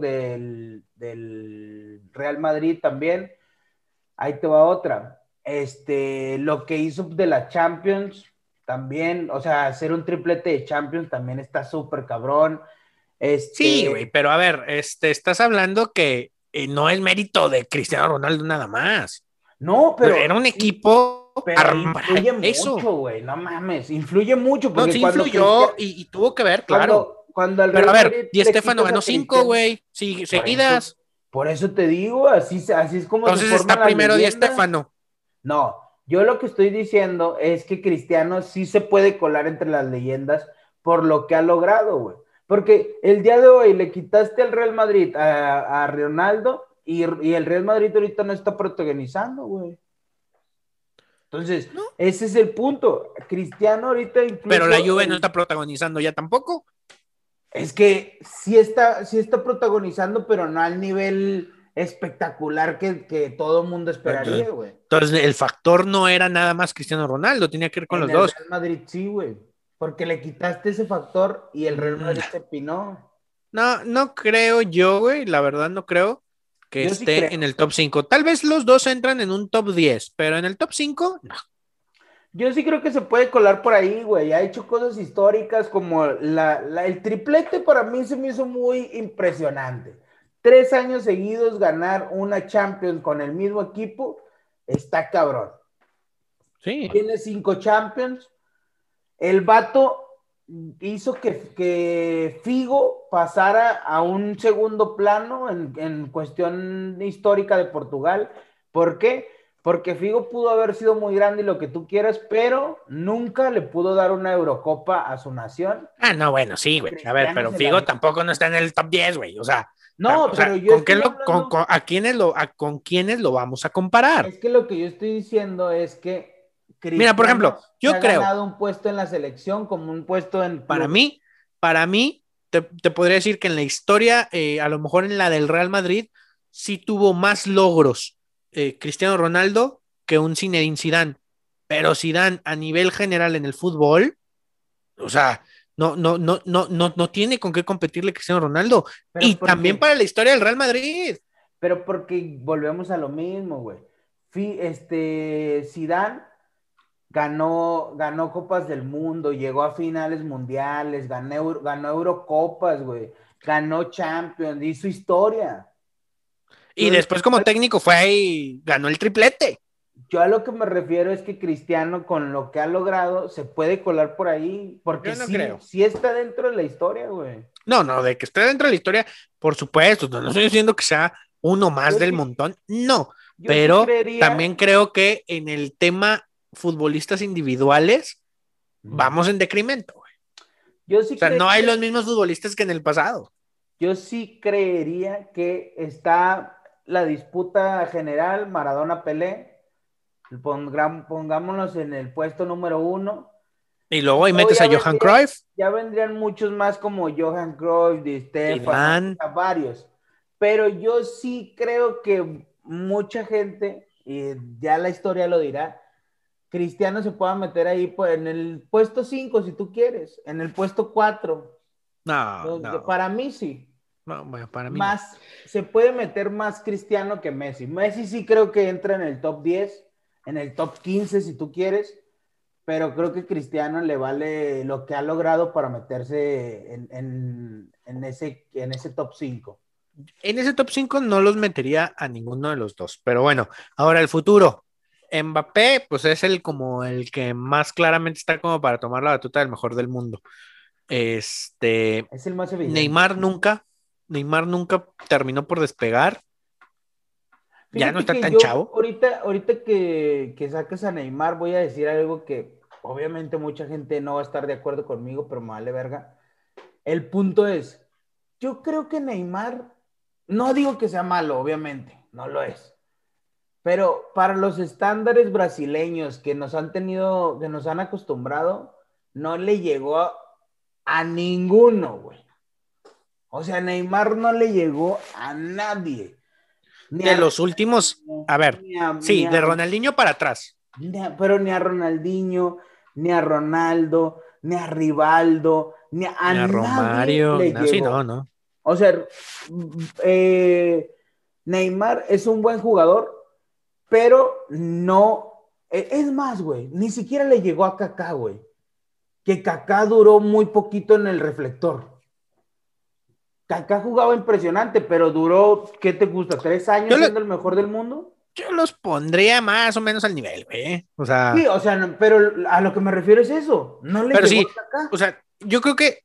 del Real Madrid también. Ahí te va otra. Lo que hizo de la Champions también, o sea, hacer un triplete de Champions también está súper cabrón.
sí, güey,
Este,
pero a ver, estás hablando que no es mérito de Cristiano Ronaldo nada más.
no,
Era un equipo
pero
armado para
influye
eso.
mucho, güey, no mames, influye mucho
No,
porque
sí influyó y tuvo que ver, claro.
cuando al
Pero a
Real
ver,
Madrid
Di
le
Stéfano
quitas
ganó
a
5,
Cristiano,
güey, sí,
por eso,
seguidas.
por eso te digo, así es como se
Entonces
forman
está
las
primero Di
leyendas.
Stéfano.
No, yo lo que estoy diciendo es que Cristiano sí se puede colar entre las leyendas por lo que ha logrado, güey. Porque el día de hoy le quitaste al Real Madrid a Ronaldo y el Real Madrid ahorita no está protagonizando, güey. Entonces,
¿No?
ese es el punto. Cristiano ahorita
Pero la
incluso
Juve no está protagonizando ya tampoco.
es que sí está protagonizando, pero no al nivel espectacular que todo el mundo esperaría, güey.
Entonces el factor no era nada más Cristiano Ronaldo, tenía que ver con
En
los
el
dos.
Real Madrid sí, güey. Porque le quitaste ese factor y el Real
Mm,
Madrid se pinó.
no creo yo, güey, la verdad no creo que
Yo sí
esté en
creo.
el top 5. Tal vez los dos entran en un top 10, pero en el top 5, no.
Yo sí creo que se puede colar por ahí, güey. Ha hecho cosas históricas como el triplete para mí se me hizo muy impresionante. 3 años seguidos ganar una Champions con el mismo equipo está cabrón.
Sí.
Tiene 5 Champions. El vato hizo que Figo pasara a un segundo plano en cuestión histórica de Portugal. ¿Por qué? Porque Figo pudo haber sido muy grande y lo que tú quieras, pero nunca le pudo dar una Eurocopa a su nación.
No, bueno, sí, güey. A ver,
Cristiano
pero
se la
Figo
dio.
tampoco no está en el top 10, güey.
No,
O
pero
sea,
yo estoy hablando,
con quiénes lo vamos a comparar?
es que lo que yo estoy diciendo es que
Mira, por ejemplo,
Cristiano se
yo
ha
creo,
ganado un puesto en la selección como un puesto en
para
clubes.
mí, para mí, te podría decir que en la historia, a lo mejor en la del Real Madrid, sí tuvo más logros Cristiano Ronaldo que un Zinedine Zidane. Pero Zidane a nivel general en el fútbol, o sea, no tiene con qué competirle Cristiano Ronaldo.
Pero
Y también
porque
para la historia del Real Madrid.
Pero porque volvemos a lo mismo, güey. Zidane ganó Copas del Mundo, llegó a finales mundiales, ganó Eurocopas, güey. Ganó Champions, hizo historia.
Y
Yo,
después como técnico fue y ganó el triplete.
yo a lo que me refiero es que Cristiano, con lo que ha logrado, se puede colar por ahí, porque
Yo no
sí,
creo.
sí está dentro de la historia, güey.
No, de que esté dentro de la historia, por supuesto, no estoy diciendo que sea uno más
Yo
del
sí,
montón, no,
yo sí
pero
creería.
también creo que en el tema futbolistas individuales vamos en decremento, güey.
Yo
O
sí
sea, no hay
creería
los mismos futbolistas que en el pasado.
Yo sí creería que está la disputa general Maradona-Pelé, pongámonos en el puesto número 1.
Y luego ahí
Luego
metes a Johan Cruyff,
ya vendrían muchos más como Johan Cruyff, Di Stéfano, o
Zidane,
sea, varios. Pero yo sí creo que mucha gente, y ya la historia lo dirá, Cristiano se pueda meter ahí pues, en el puesto 5 si tú quieres, en el puesto 4.
no,
Para mí sí.
bueno, para mí no.
Más, se puede meter más Cristiano que Messi. Messi sí creo que entra en el top 10, en el top 15 si tú quieres, pero creo que Cristiano le vale lo que ha logrado para meterse en ese top 5.
En ese top 5 no los metería a ninguno de los dos, pero bueno, ahora el futuro. Mbappé, pues es como el que más claramente está como para tomar la batuta del mejor del mundo.
Es el más evidente.
Neymar nunca terminó por despegar. Ya no
Fíjate
está
que
tan
yo
chavo.
ahorita que saques a Neymar, voy a decir algo que obviamente mucha gente no va a estar de acuerdo conmigo, pero me vale verga. El punto es, yo creo que Neymar, no digo que sea malo, obviamente, no lo es. Pero para los estándares brasileños que nos han acostumbrado, no le llegó a ninguno, güey. O sea, Neymar no le llegó a nadie. Ni
De
a
los últimos,
Ronaldinho,
a ver, sí, de Ronaldinho para atrás.
pero ni a Ronaldinho, ni a Ronaldo, ni a Rivaldo, ni a
Ni a
nadie
Romario,
le
no, sí, no,
llegó.
no.
O sea, Neymar es un buen jugador, pero no. Es más, güey, ni siquiera le llegó a Kaká, güey. Que Kaká duró muy poquito en el reflector. Kaká jugaba impresionante, pero duró, ¿qué te gusta? ¿3 años
Yo, lo-
siendo el mejor del mundo?
yo los pondría más o menos al nivel, güey. O
Sí,
sea,
o sea, pero a lo que me refiero es eso. No le
pero
llegó
sí,
a Kaká.
o sea, yo creo que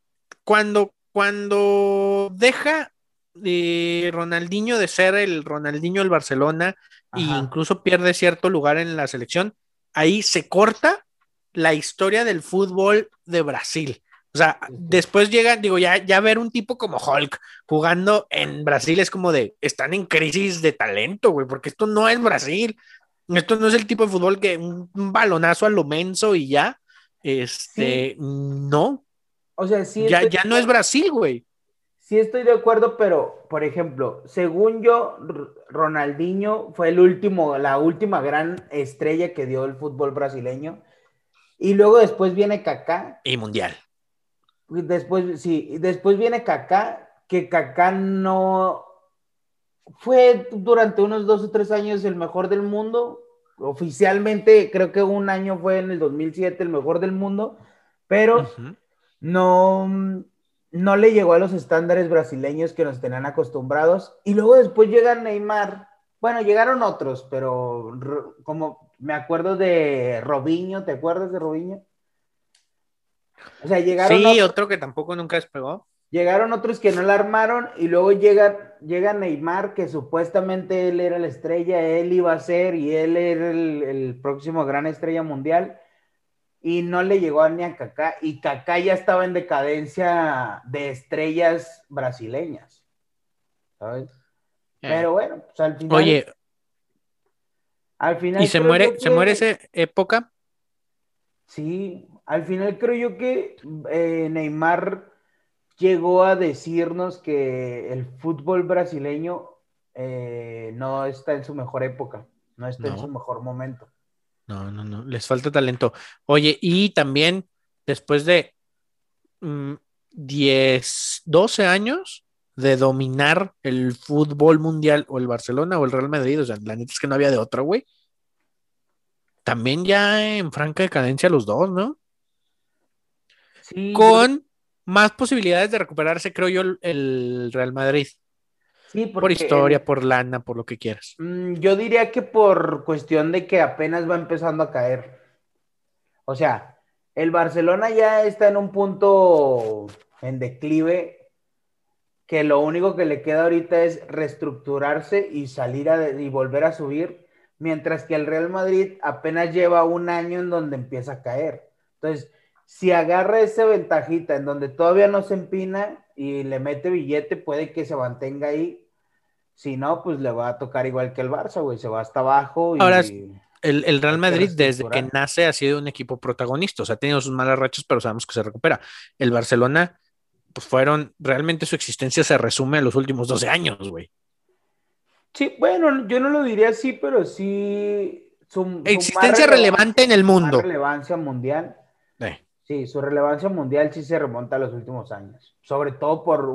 cuando deja de Ronaldinho de ser el Ronaldinho del Barcelona e
Ajá.
incluso pierde cierto lugar en la selección, ahí se corta la historia del fútbol de Brasil. O sea,
Sí, sí.
después llega, digo, ya ver un tipo como Hulk jugando en Brasil es como de, están en crisis de talento, güey, porque esto no es Brasil. Esto no es el tipo de fútbol que un balonazo a lo menso y ya.
Sí,
No,
o sea, sí
ya,
estoy de
ya no es
acuerdo.
Brasil, güey.
Sí estoy de acuerdo, pero, por ejemplo, según yo, Ronaldinho fue la última gran estrella que dio el fútbol brasileño. Y luego después viene Kaká.
Y mundial.
Después, sí, después viene Kaká, que Kaká no fue durante unos 2 o 3 años el mejor del mundo. Oficialmente, creo que un año fue en el 2007 el mejor del mundo, pero
Ujú.
no, no le llegó a los estándares brasileños que nos tenían acostumbrados. Y luego después llega Neymar. Bueno, llegaron otros, pero como me acuerdo de Robinho, ¿te acuerdas de Robinho? O sea,
Sí, otro que tampoco nunca despegó.
llegaron otros que no la armaron y luego llega Neymar, que supuestamente él era la estrella, él iba a ser y él era el próximo gran estrella mundial y no le llegó ni a Kaká y Kaká ya estaba en decadencia de estrellas brasileñas, ¿sabes?
Eh.
Pero bueno, pues
Oye,
al
y
final
se
creo
muere,
yo
se muere
que
esa época.
sí, al final creo yo que Neymar llegó a decirnos que el fútbol brasileño no está en su mejor época, no está en su
No,
mejor momento.
no, les falta talento. Oye, y también después de mm, 10, 12 años de dominar el fútbol mundial o el Barcelona o el Real Madrid, o sea, la neta es que no había de otra, güey. También ya en franca decadencia los dos, ¿no?
Sí,
Con más posibilidades de recuperarse, creo yo, el Real Madrid.
sí,
Por
porque
historia, por lana, por lo que quieras.
yo diría que por cuestión de que apenas va empezando a caer. O sea, el Barcelona ya está en un punto en declive que lo único que le queda ahorita es reestructurarse y y volver a subir, mientras que el Real Madrid apenas lleva un año en donde empieza a caer. Entonces, si agarra esa ventajita en donde todavía no se empina y le mete billete, puede que se mantenga ahí. Si no, pues le va a tocar igual que el Barça, güey, se va hasta abajo
Ahora,
y
el Real
hay que
Madrid desde que
reestructurar.
nace ha sido un equipo protagonista, o sea, ha tenido sus malas rachas, pero sabemos que se recupera. El Barcelona, pues realmente su existencia se resume a los últimos 12 años, güey.
Sí, bueno, yo no lo diría así, pero sí
Existencia relevante en el
su más
mundo.
relevancia mundial.
Eh,
Sí, su relevancia mundial sí se remonta a los últimos años, sobre todo por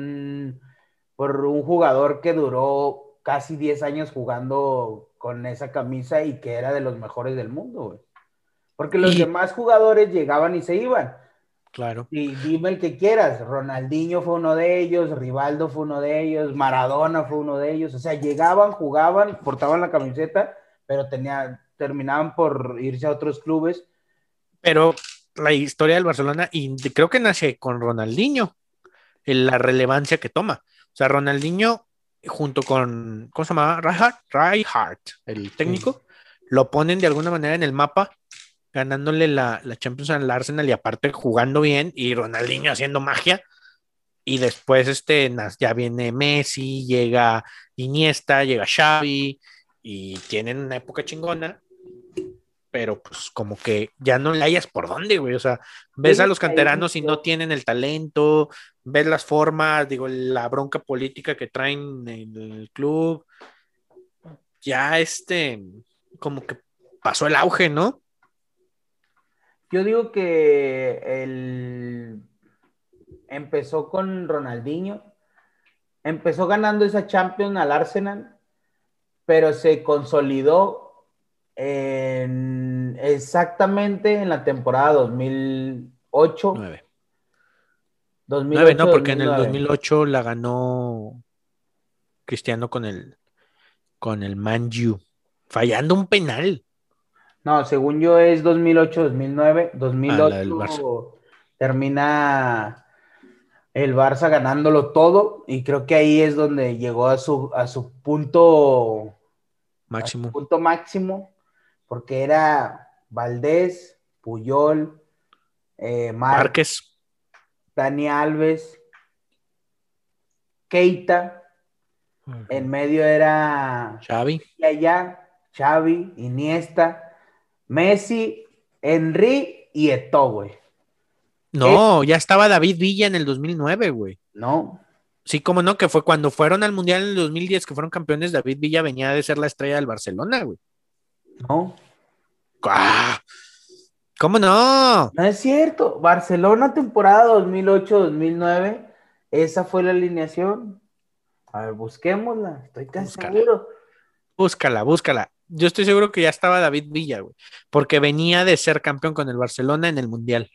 por un jugador que duró casi 10 años jugando con esa camisa y que era de los mejores del mundo, güey. porque los demás jugadores llegaban y se iban.
Claro.
Y dime el que quieras, Ronaldinho fue uno de ellos, Rivaldo fue uno de ellos, Maradona fue uno de ellos, o sea, llegaban, jugaban, portaban la camiseta, pero terminaban por irse a otros clubes.
Pero la historia del Barcelona, y creo que nace con Ronaldinho, en la relevancia que toma. O sea, Ronaldinho, junto con, ¿cómo se llama? Rijkaard, el técnico, lo ponen de alguna manera en el mapa, ganándole la Champions al Arsenal y aparte jugando bien, y Ronaldinho haciendo magia. Y después ya viene Messi, llega Iniesta, llega Xavi, y tienen una época chingona, pero pues como que ya no le hayas por dónde, güey. O sea, ves a los canteranos y no tienen el talento, ves las formas, digo, la bronca política que traen en el club. Ya como que pasó el auge, ¿no?
Yo digo que empezó con Ronaldinho, empezó ganando esa Champions al Arsenal, pero se consolidó exactamente en la temporada 2008.
9. 9,
2008,
no, porque en el
2009.
2008 la ganó Cristiano con el Man U, fallando un penal.
No, según yo es 2008-2009.
La del Barça.
2008 termina el Barça ganándolo todo y creo que ahí es donde llegó a su punto
Máximo.
porque era Valdés, Puyol,
Márquez,
Dani Alves, Keita, en medio era
Xavi,
Xavi, Iniesta, Messi, Henry y Eto'o, güey.
no, ya estaba David Villa en el 2009, güey.
No.
Sí, cómo no, que fue cuando fueron al Mundial en el 2010, que fueron campeones. David Villa venía de ser la estrella del Barcelona, güey.
No.
¡Ah! ¿Cómo no?
No es cierto. Barcelona temporada 2008-2009, esa fue la alineación. A ver, busquémosla. Estoy casi seguro.
Búscala. Yo estoy seguro que ya estaba David Villa, güey, porque venía de ser campeón con el Barcelona en el Mundial.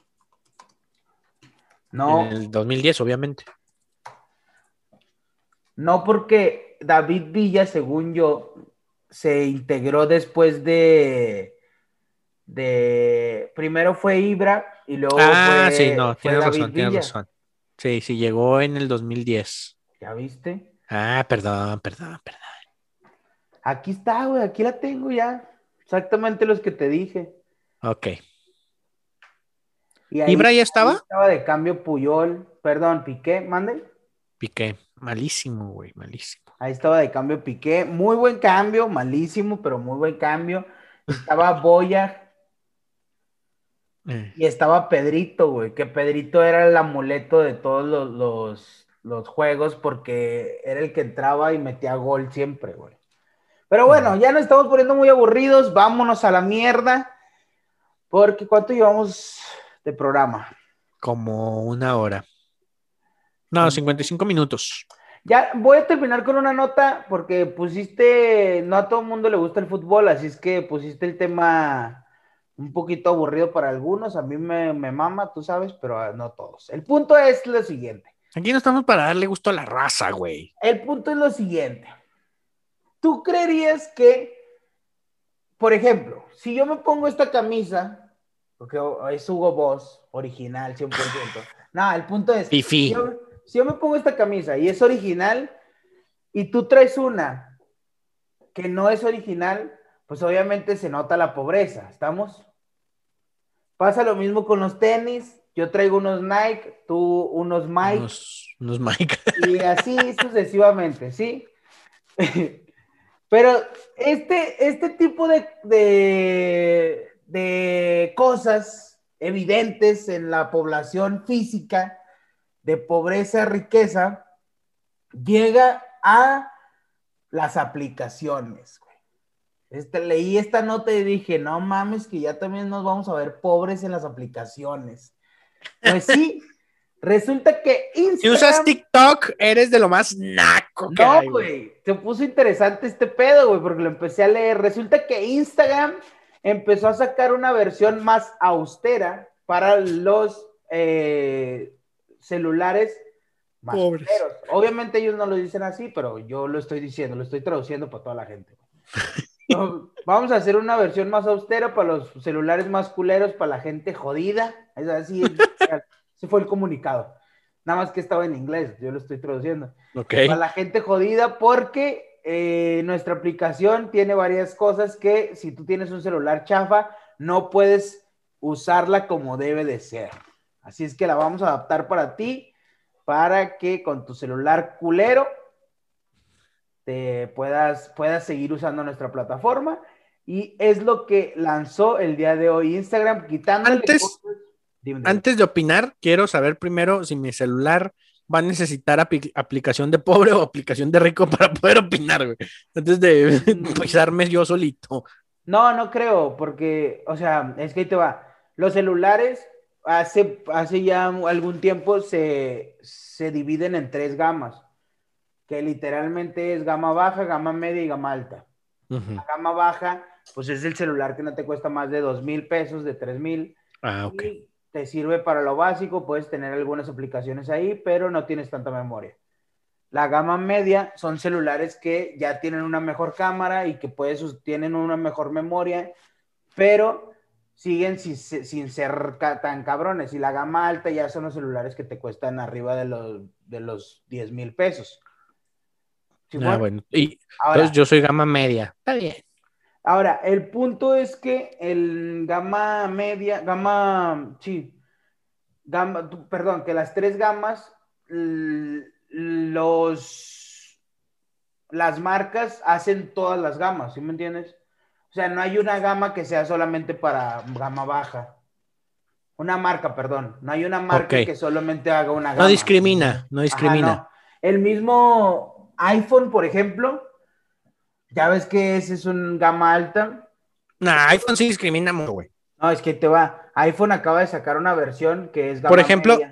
No.
En el 2010, obviamente.
No, porque David Villa, según yo, se integró después primero fue Ibra y luego
Sí, no,
fue
tienes
David
razón, tienes
Villa.
razón. Sí, llegó en el 2010.
¿Ya viste?
Perdón.
Aquí está, güey, aquí la tengo ya. Exactamente los que te dije.
Ok.
Y ahí,
¿Ibra ya
ahí
estaba?
estaba de cambio Piqué, mande.
Piqué, malísimo, güey, malísimo.
Ahí estaba de cambio Piqué, muy buen cambio, malísimo, pero muy buen cambio. Estaba Boya y estaba Pedrito, güey, que Pedrito era el amuleto de todos los juegos porque era el que entraba y metía gol siempre, güey. Pero bueno, ya nos estamos poniendo muy aburridos, vámonos a la mierda, porque ¿cuánto llevamos de programa?
Como 1 hora. No, 55 minutos.
Ya voy a terminar con una nota porque pusiste, no a todo el mundo le gusta el fútbol, así es que pusiste el tema un poquito aburrido para algunos, a mí me mama, tú sabes, pero no todos. El punto es lo siguiente.
Aquí no estamos para darle gusto a la raza, güey.
El punto es lo siguiente. ¿Tú creerías que, por ejemplo, si yo me pongo esta camisa, porque es Hugo Boss, original, 100%. No, el punto es, si yo me pongo esta camisa y es original, y tú traes una que no es original, pues obviamente se nota la pobreza, ¿estamos? Pasa lo mismo con los tenis, yo traigo unos Nike, tú unos Mike.
Unos Mike.
Y así sucesivamente, ¿sí? Pero este tipo de cosas evidentes en la población física de pobreza, riqueza, llega a las aplicaciones, güey. Leí esta nota y dije, no mames, que ya también nos vamos a ver pobres en las aplicaciones. Pues sí, resulta que Instagram...
Si usas TikTok, eres de lo más naco que hay,
güey. Se puso interesante este pedo, güey, porque lo empecé a leer. Resulta que Instagram empezó a sacar una versión más austera para los celulares más
Pobres.
culeros. Obviamente ellos no lo dicen así, pero yo lo estoy diciendo, lo estoy traduciendo para toda la gente. No, vamos a hacer una versión más austera para los celulares más culeros, para la gente jodida. Es así, ese fue el comunicado. Nada más que estaba en inglés, yo lo estoy traduciendo.
Okay.
Para la gente jodida porque nuestra aplicación tiene varias cosas que si tú tienes un celular chafa, no puedes usarla como debe de ser. Así es que la vamos a adaptar para ti, para que con tu celular culero te puedas seguir usando nuestra plataforma. Y es lo que lanzó el día de hoy Instagram, quitándole cosas. Dime.
Antes de opinar, quiero saber primero si mi celular va a necesitar aplicación de pobre o aplicación de rico para poder opinar, güey. Antes de pisarme yo solito.
No creo, porque, o sea, es que ahí te va. Los celulares hace ya algún tiempo se dividen en 3 gamas, que literalmente es gama baja, gama media y gama alta.
Uh-huh.
La gama baja, pues es el celular que no te cuesta más de 2,000 pesos, de 3,000.
Ah, ok.
Y te sirve para lo básico, puedes tener algunas aplicaciones ahí, pero no tienes tanta memoria. La gama media son celulares que ya tienen una mejor cámara y que tienen una mejor memoria, pero siguen sin ser tan cabrones. Y la gama alta ya son los celulares que te cuestan arriba de los 10,000 pesos. ¿Sí,
bueno. Y ahora, entonces yo soy gama media. Está bien.
Ahora, el punto es que el gama media, que las 3 gamas, las marcas hacen todas las gamas, ¿sí me entiendes? O sea, no hay una gama que sea solamente para gama baja. No hay una marca que solamente haga una gama.
No discrimina.
Ajá, no. El mismo iPhone, por ejemplo, ya ves que ese es un gama alta.
iPhone sí discrimina mucho, güey.
No, es que te va. iPhone acaba de sacar una versión que es gama
por ejemplo,
media.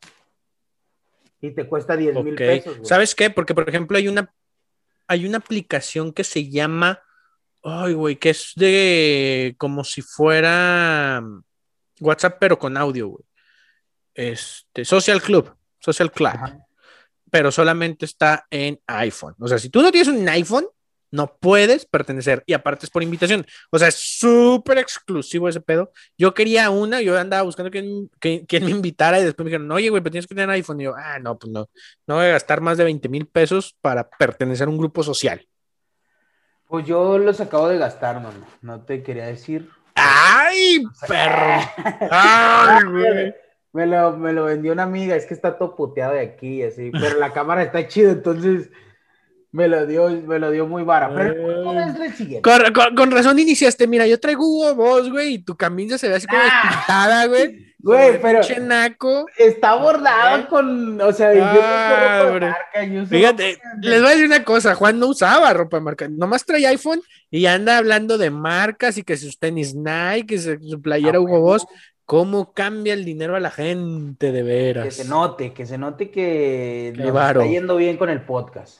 Y te cuesta 10,000 pesos, güey.
¿Sabes qué? Porque, por ejemplo, hay una aplicación que se llama, que es de como si fuera WhatsApp, pero con audio, güey. Social Club. Ajá. Pero solamente está en iPhone. O sea, si tú no tienes un iPhone, no puedes pertenecer. Y aparte es por invitación. O sea, es súper exclusivo ese pedo. Yo quería yo andaba buscando quién me invitara y después me dijeron, oye, güey, pero tienes que tener iPhone. Y yo, no, pues no voy a gastar más de 20,000 pesos para pertenecer a un grupo social.
Pues yo los acabo de gastar, mano. No te quería decir.
¡Ay, perro! ¡Ay, güey!
Me lo vendió una amiga, es que está todo puteado de aquí, así, pero la cámara está chida, entonces me lo dio muy vara. Pero es el siguiente.
Con razón iniciaste, mira, yo traigo Hugo Boss, güey, y tu camisa se ve así como despintada, güey.
Güey, pero
naco.
Está bordado con, o sea,
ropa de marca. Fíjate, les voy a decir una cosa, Juan no usaba ropa de marca, nomás trae iPhone y anda hablando de marcas y que sus tenis Nike, que su playera Hugo Boss. ¿Cómo cambia el dinero a la gente, de veras?
Que se note que nos está yendo bien con el podcast.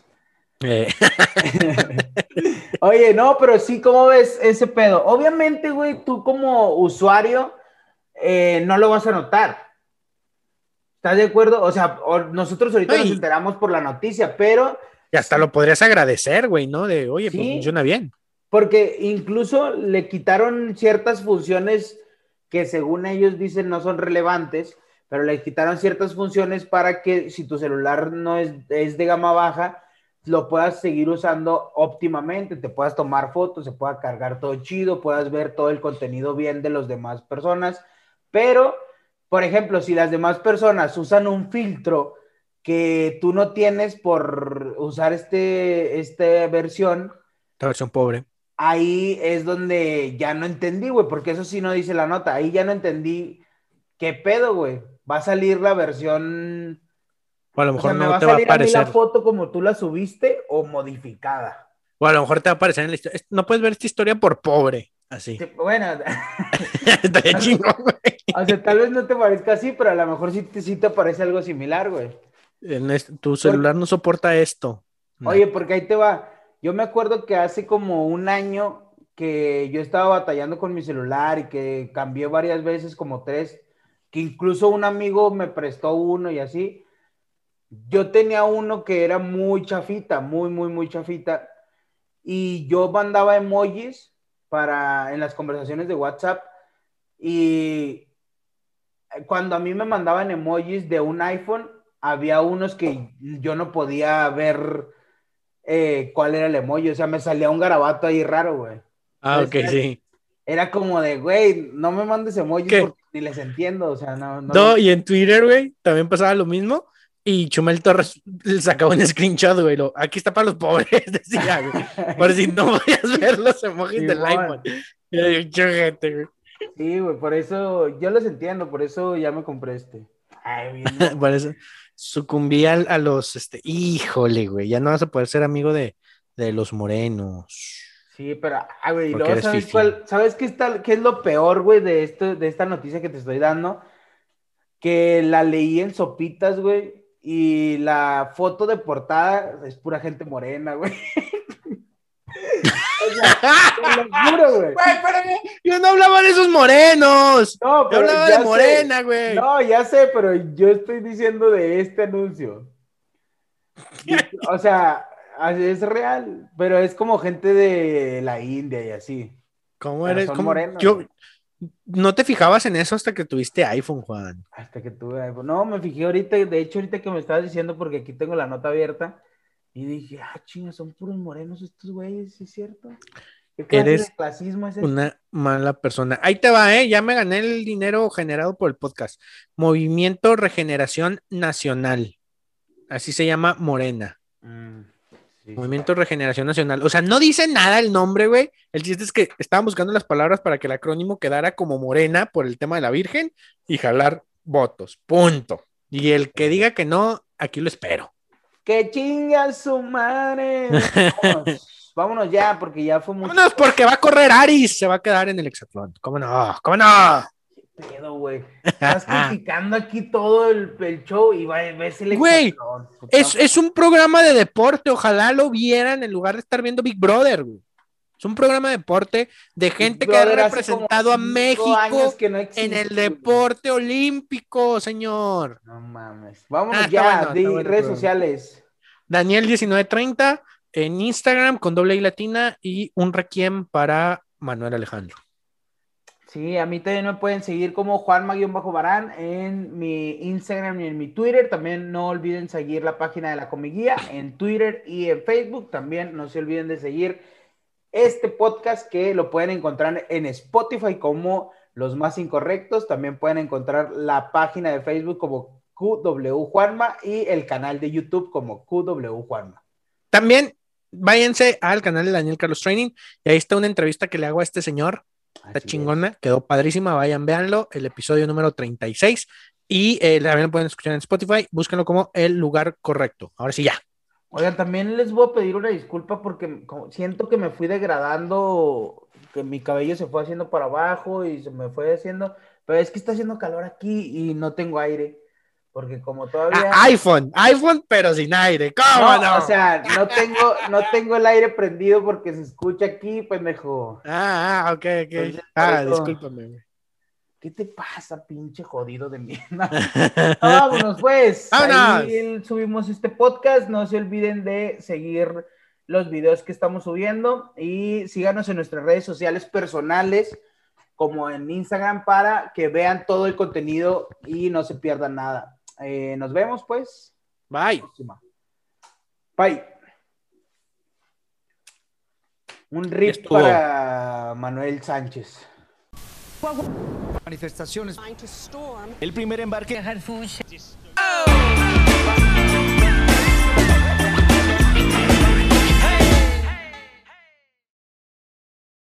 Oye, no, pero sí, ¿cómo ves ese pedo? Obviamente, güey, tú como usuario no lo vas a notar. ¿Estás de acuerdo? O sea, nosotros ahorita nos enteramos por la noticia, pero...
Y hasta lo podrías agradecer, güey, ¿no? De, oye,
sí,
pues funciona bien.
Porque incluso le quitaron ciertas funciones que según ellos dicen no son relevantes, pero le quitaron ciertas funciones para que si tu celular no es de gama baja, lo puedas seguir usando óptimamente, te puedas tomar fotos, se pueda cargar todo chido, puedas ver todo el contenido bien de las demás personas, pero, por ejemplo, si las demás personas usan un filtro que tú no tienes por usar esta versión,
esta versión pobre,
ahí es donde ya no entendí, güey, porque eso sí no dice la nota. Ahí ya no entendí qué pedo, güey. Va a salir la versión...
O a lo mejor
no te va a aparecer. ¿Me va a salir a mí la foto como tú la subiste o modificada?
O a lo mejor te va a aparecer en la historia. No puedes ver esta historia por pobre, así.
Sí, bueno.
Estaría chingón, güey.
O sea, tal vez no te parezca así, pero a lo mejor sí te parece algo similar, güey.
Tu celular no soporta esto.
Oye, porque ahí te va... Yo me acuerdo que hace como un año que yo estaba batallando con mi celular y que cambié varias veces, como 3, que incluso un amigo me prestó uno y así. Yo tenía uno que era muy chafita, muy chafita, y yo mandaba emojis en las conversaciones de WhatsApp, y cuando a mí me mandaban emojis de un iPhone, había unos que yo no podía ver cuál era el emoji, o sea, me salía un garabato ahí raro, güey.
Ah, ok, sí.
Era como de, güey, no me mandes emojis
¿Qué?
porque ni les entiendo, o sea,
No, y en Twitter, güey, también pasaba lo mismo. Y Chumel Torres le sacaba un screenshot, güey. Aquí está para los pobres, decía, güey. Por si no podías ver los emojis
Sí,
del iPhone. Y yo, gente, güey.
sí, güey, por eso yo los entiendo, por eso ya me compré este. Ay, bien,
Por eso sucumbí a los, híjole, güey, ya no vas a poder ser amigo de los morenos.
sí, pero, güey, y
Porque
luego,
eres
¿sabes
fifí.
¿Sabes qué es lo peor, güey, de esta noticia que te estoy dando? Que la leí en Sopitas, güey, y la foto de portada es pura gente morena, güey. O sea, te lo juro, güey.
Güey, pero yo no hablaba de esos morenos.
No,
Yo
pero
hablaba de
ya sé.
Morena, güey.
No, ya sé, pero yo estoy diciendo de este anuncio. O sea, es real, pero es como gente de la India y así.
¿Cómo
Pero
eres?
son
¿Cómo?
morenos,
Yo
güey.
no te fijabas en eso hasta que tuviste iPhone, Juan.
Hasta que tuve iPhone. No, me fijé ahorita, de hecho, ahorita que me estabas diciendo, porque aquí tengo la nota abierta, y dije, chinga, son puros morenos estos güeyes, ¿sí es cierto? ¿Qué clase de
Eres
clasismo es este?
una mala persona. Ahí te va, ¿eh? Ya me gané el dinero generado por el podcast. Movimiento Regeneración Nacional. Así se llama Morena.
Sí, sí.
Movimiento Regeneración Nacional. O sea, no dice nada el nombre, güey. El chiste es que estaban buscando las palabras para que el acrónimo quedara como Morena por el tema de la Virgen y jalar votos. Punto. Y el que diga que no, aquí lo espero.
¡Que chinga su madre! Vámonos, vámonos ya, porque ya fue mucho.
Vámonos porque va a correr Aris. Se va a quedar en el hexatlón. ¿Cómo no? ¿Cómo no?
Pedo, güey. Estás criticando aquí todo el show y ves el
Güey,
hexatlón. Puta
es un programa de deporte. Ojalá lo vieran en lugar de estar viendo Big Brother, güey. Es un programa de deporte de gente que ha
Brother, hace como
representado a
5 años
México
que no
en
existe,
el
güey.
deporte olímpico, señor.
No mames. Vámonos
Está
ya,
bueno, está
de
bueno el
redes
programa.
sociales.
Daniel 1930 en Instagram con doble I latina y un requiem para Manuel Alejandro.
Sí, a mí también me pueden seguir como Juanma-Barán en mi Instagram y en mi Twitter. También no olviden seguir la página de la Comiguía en Twitter y en Facebook. También no se olviden de seguir este podcast que lo pueden encontrar en Spotify como Los Más Incorrectos. También pueden encontrar la página de Facebook como QW Juanma y el canal de YouTube como QW Juanma.
También váyanse al canal de Daniel Carlos Training y ahí está una entrevista que le hago a este señor. Está chingona, quedó padrísima. Vayan, véanlo, el episodio número 36 y también lo pueden escuchar en Spotify. Búsquenlo como El Lugar Correcto. Ahora sí, ya.
Oigan, también les voy a pedir una disculpa porque siento que me fui degradando, que mi cabello se fue haciendo para abajo y se me fue haciendo, pero es que está haciendo calor aquí y no tengo aire, porque como todavía...
iPhone, pero sin aire. ¿Cómo no?
O sea, no tengo el aire prendido porque se escucha aquí, pendejo.
Ok.
Entonces,
Discúlpame, güey.
¿Qué te pasa, pinche jodido de mierda? Vámonos, pues.
¡Vámonos!
Ahí subimos este podcast. No se olviden de seguir los videos que estamos subiendo y síganos en nuestras redes sociales personales, como en Instagram, para que vean todo el contenido y no se pierdan nada. Nos vemos, pues.
Bye.
Bye. Un rip para Manuel Sánchez.
Manifestaciones. El primer embarque.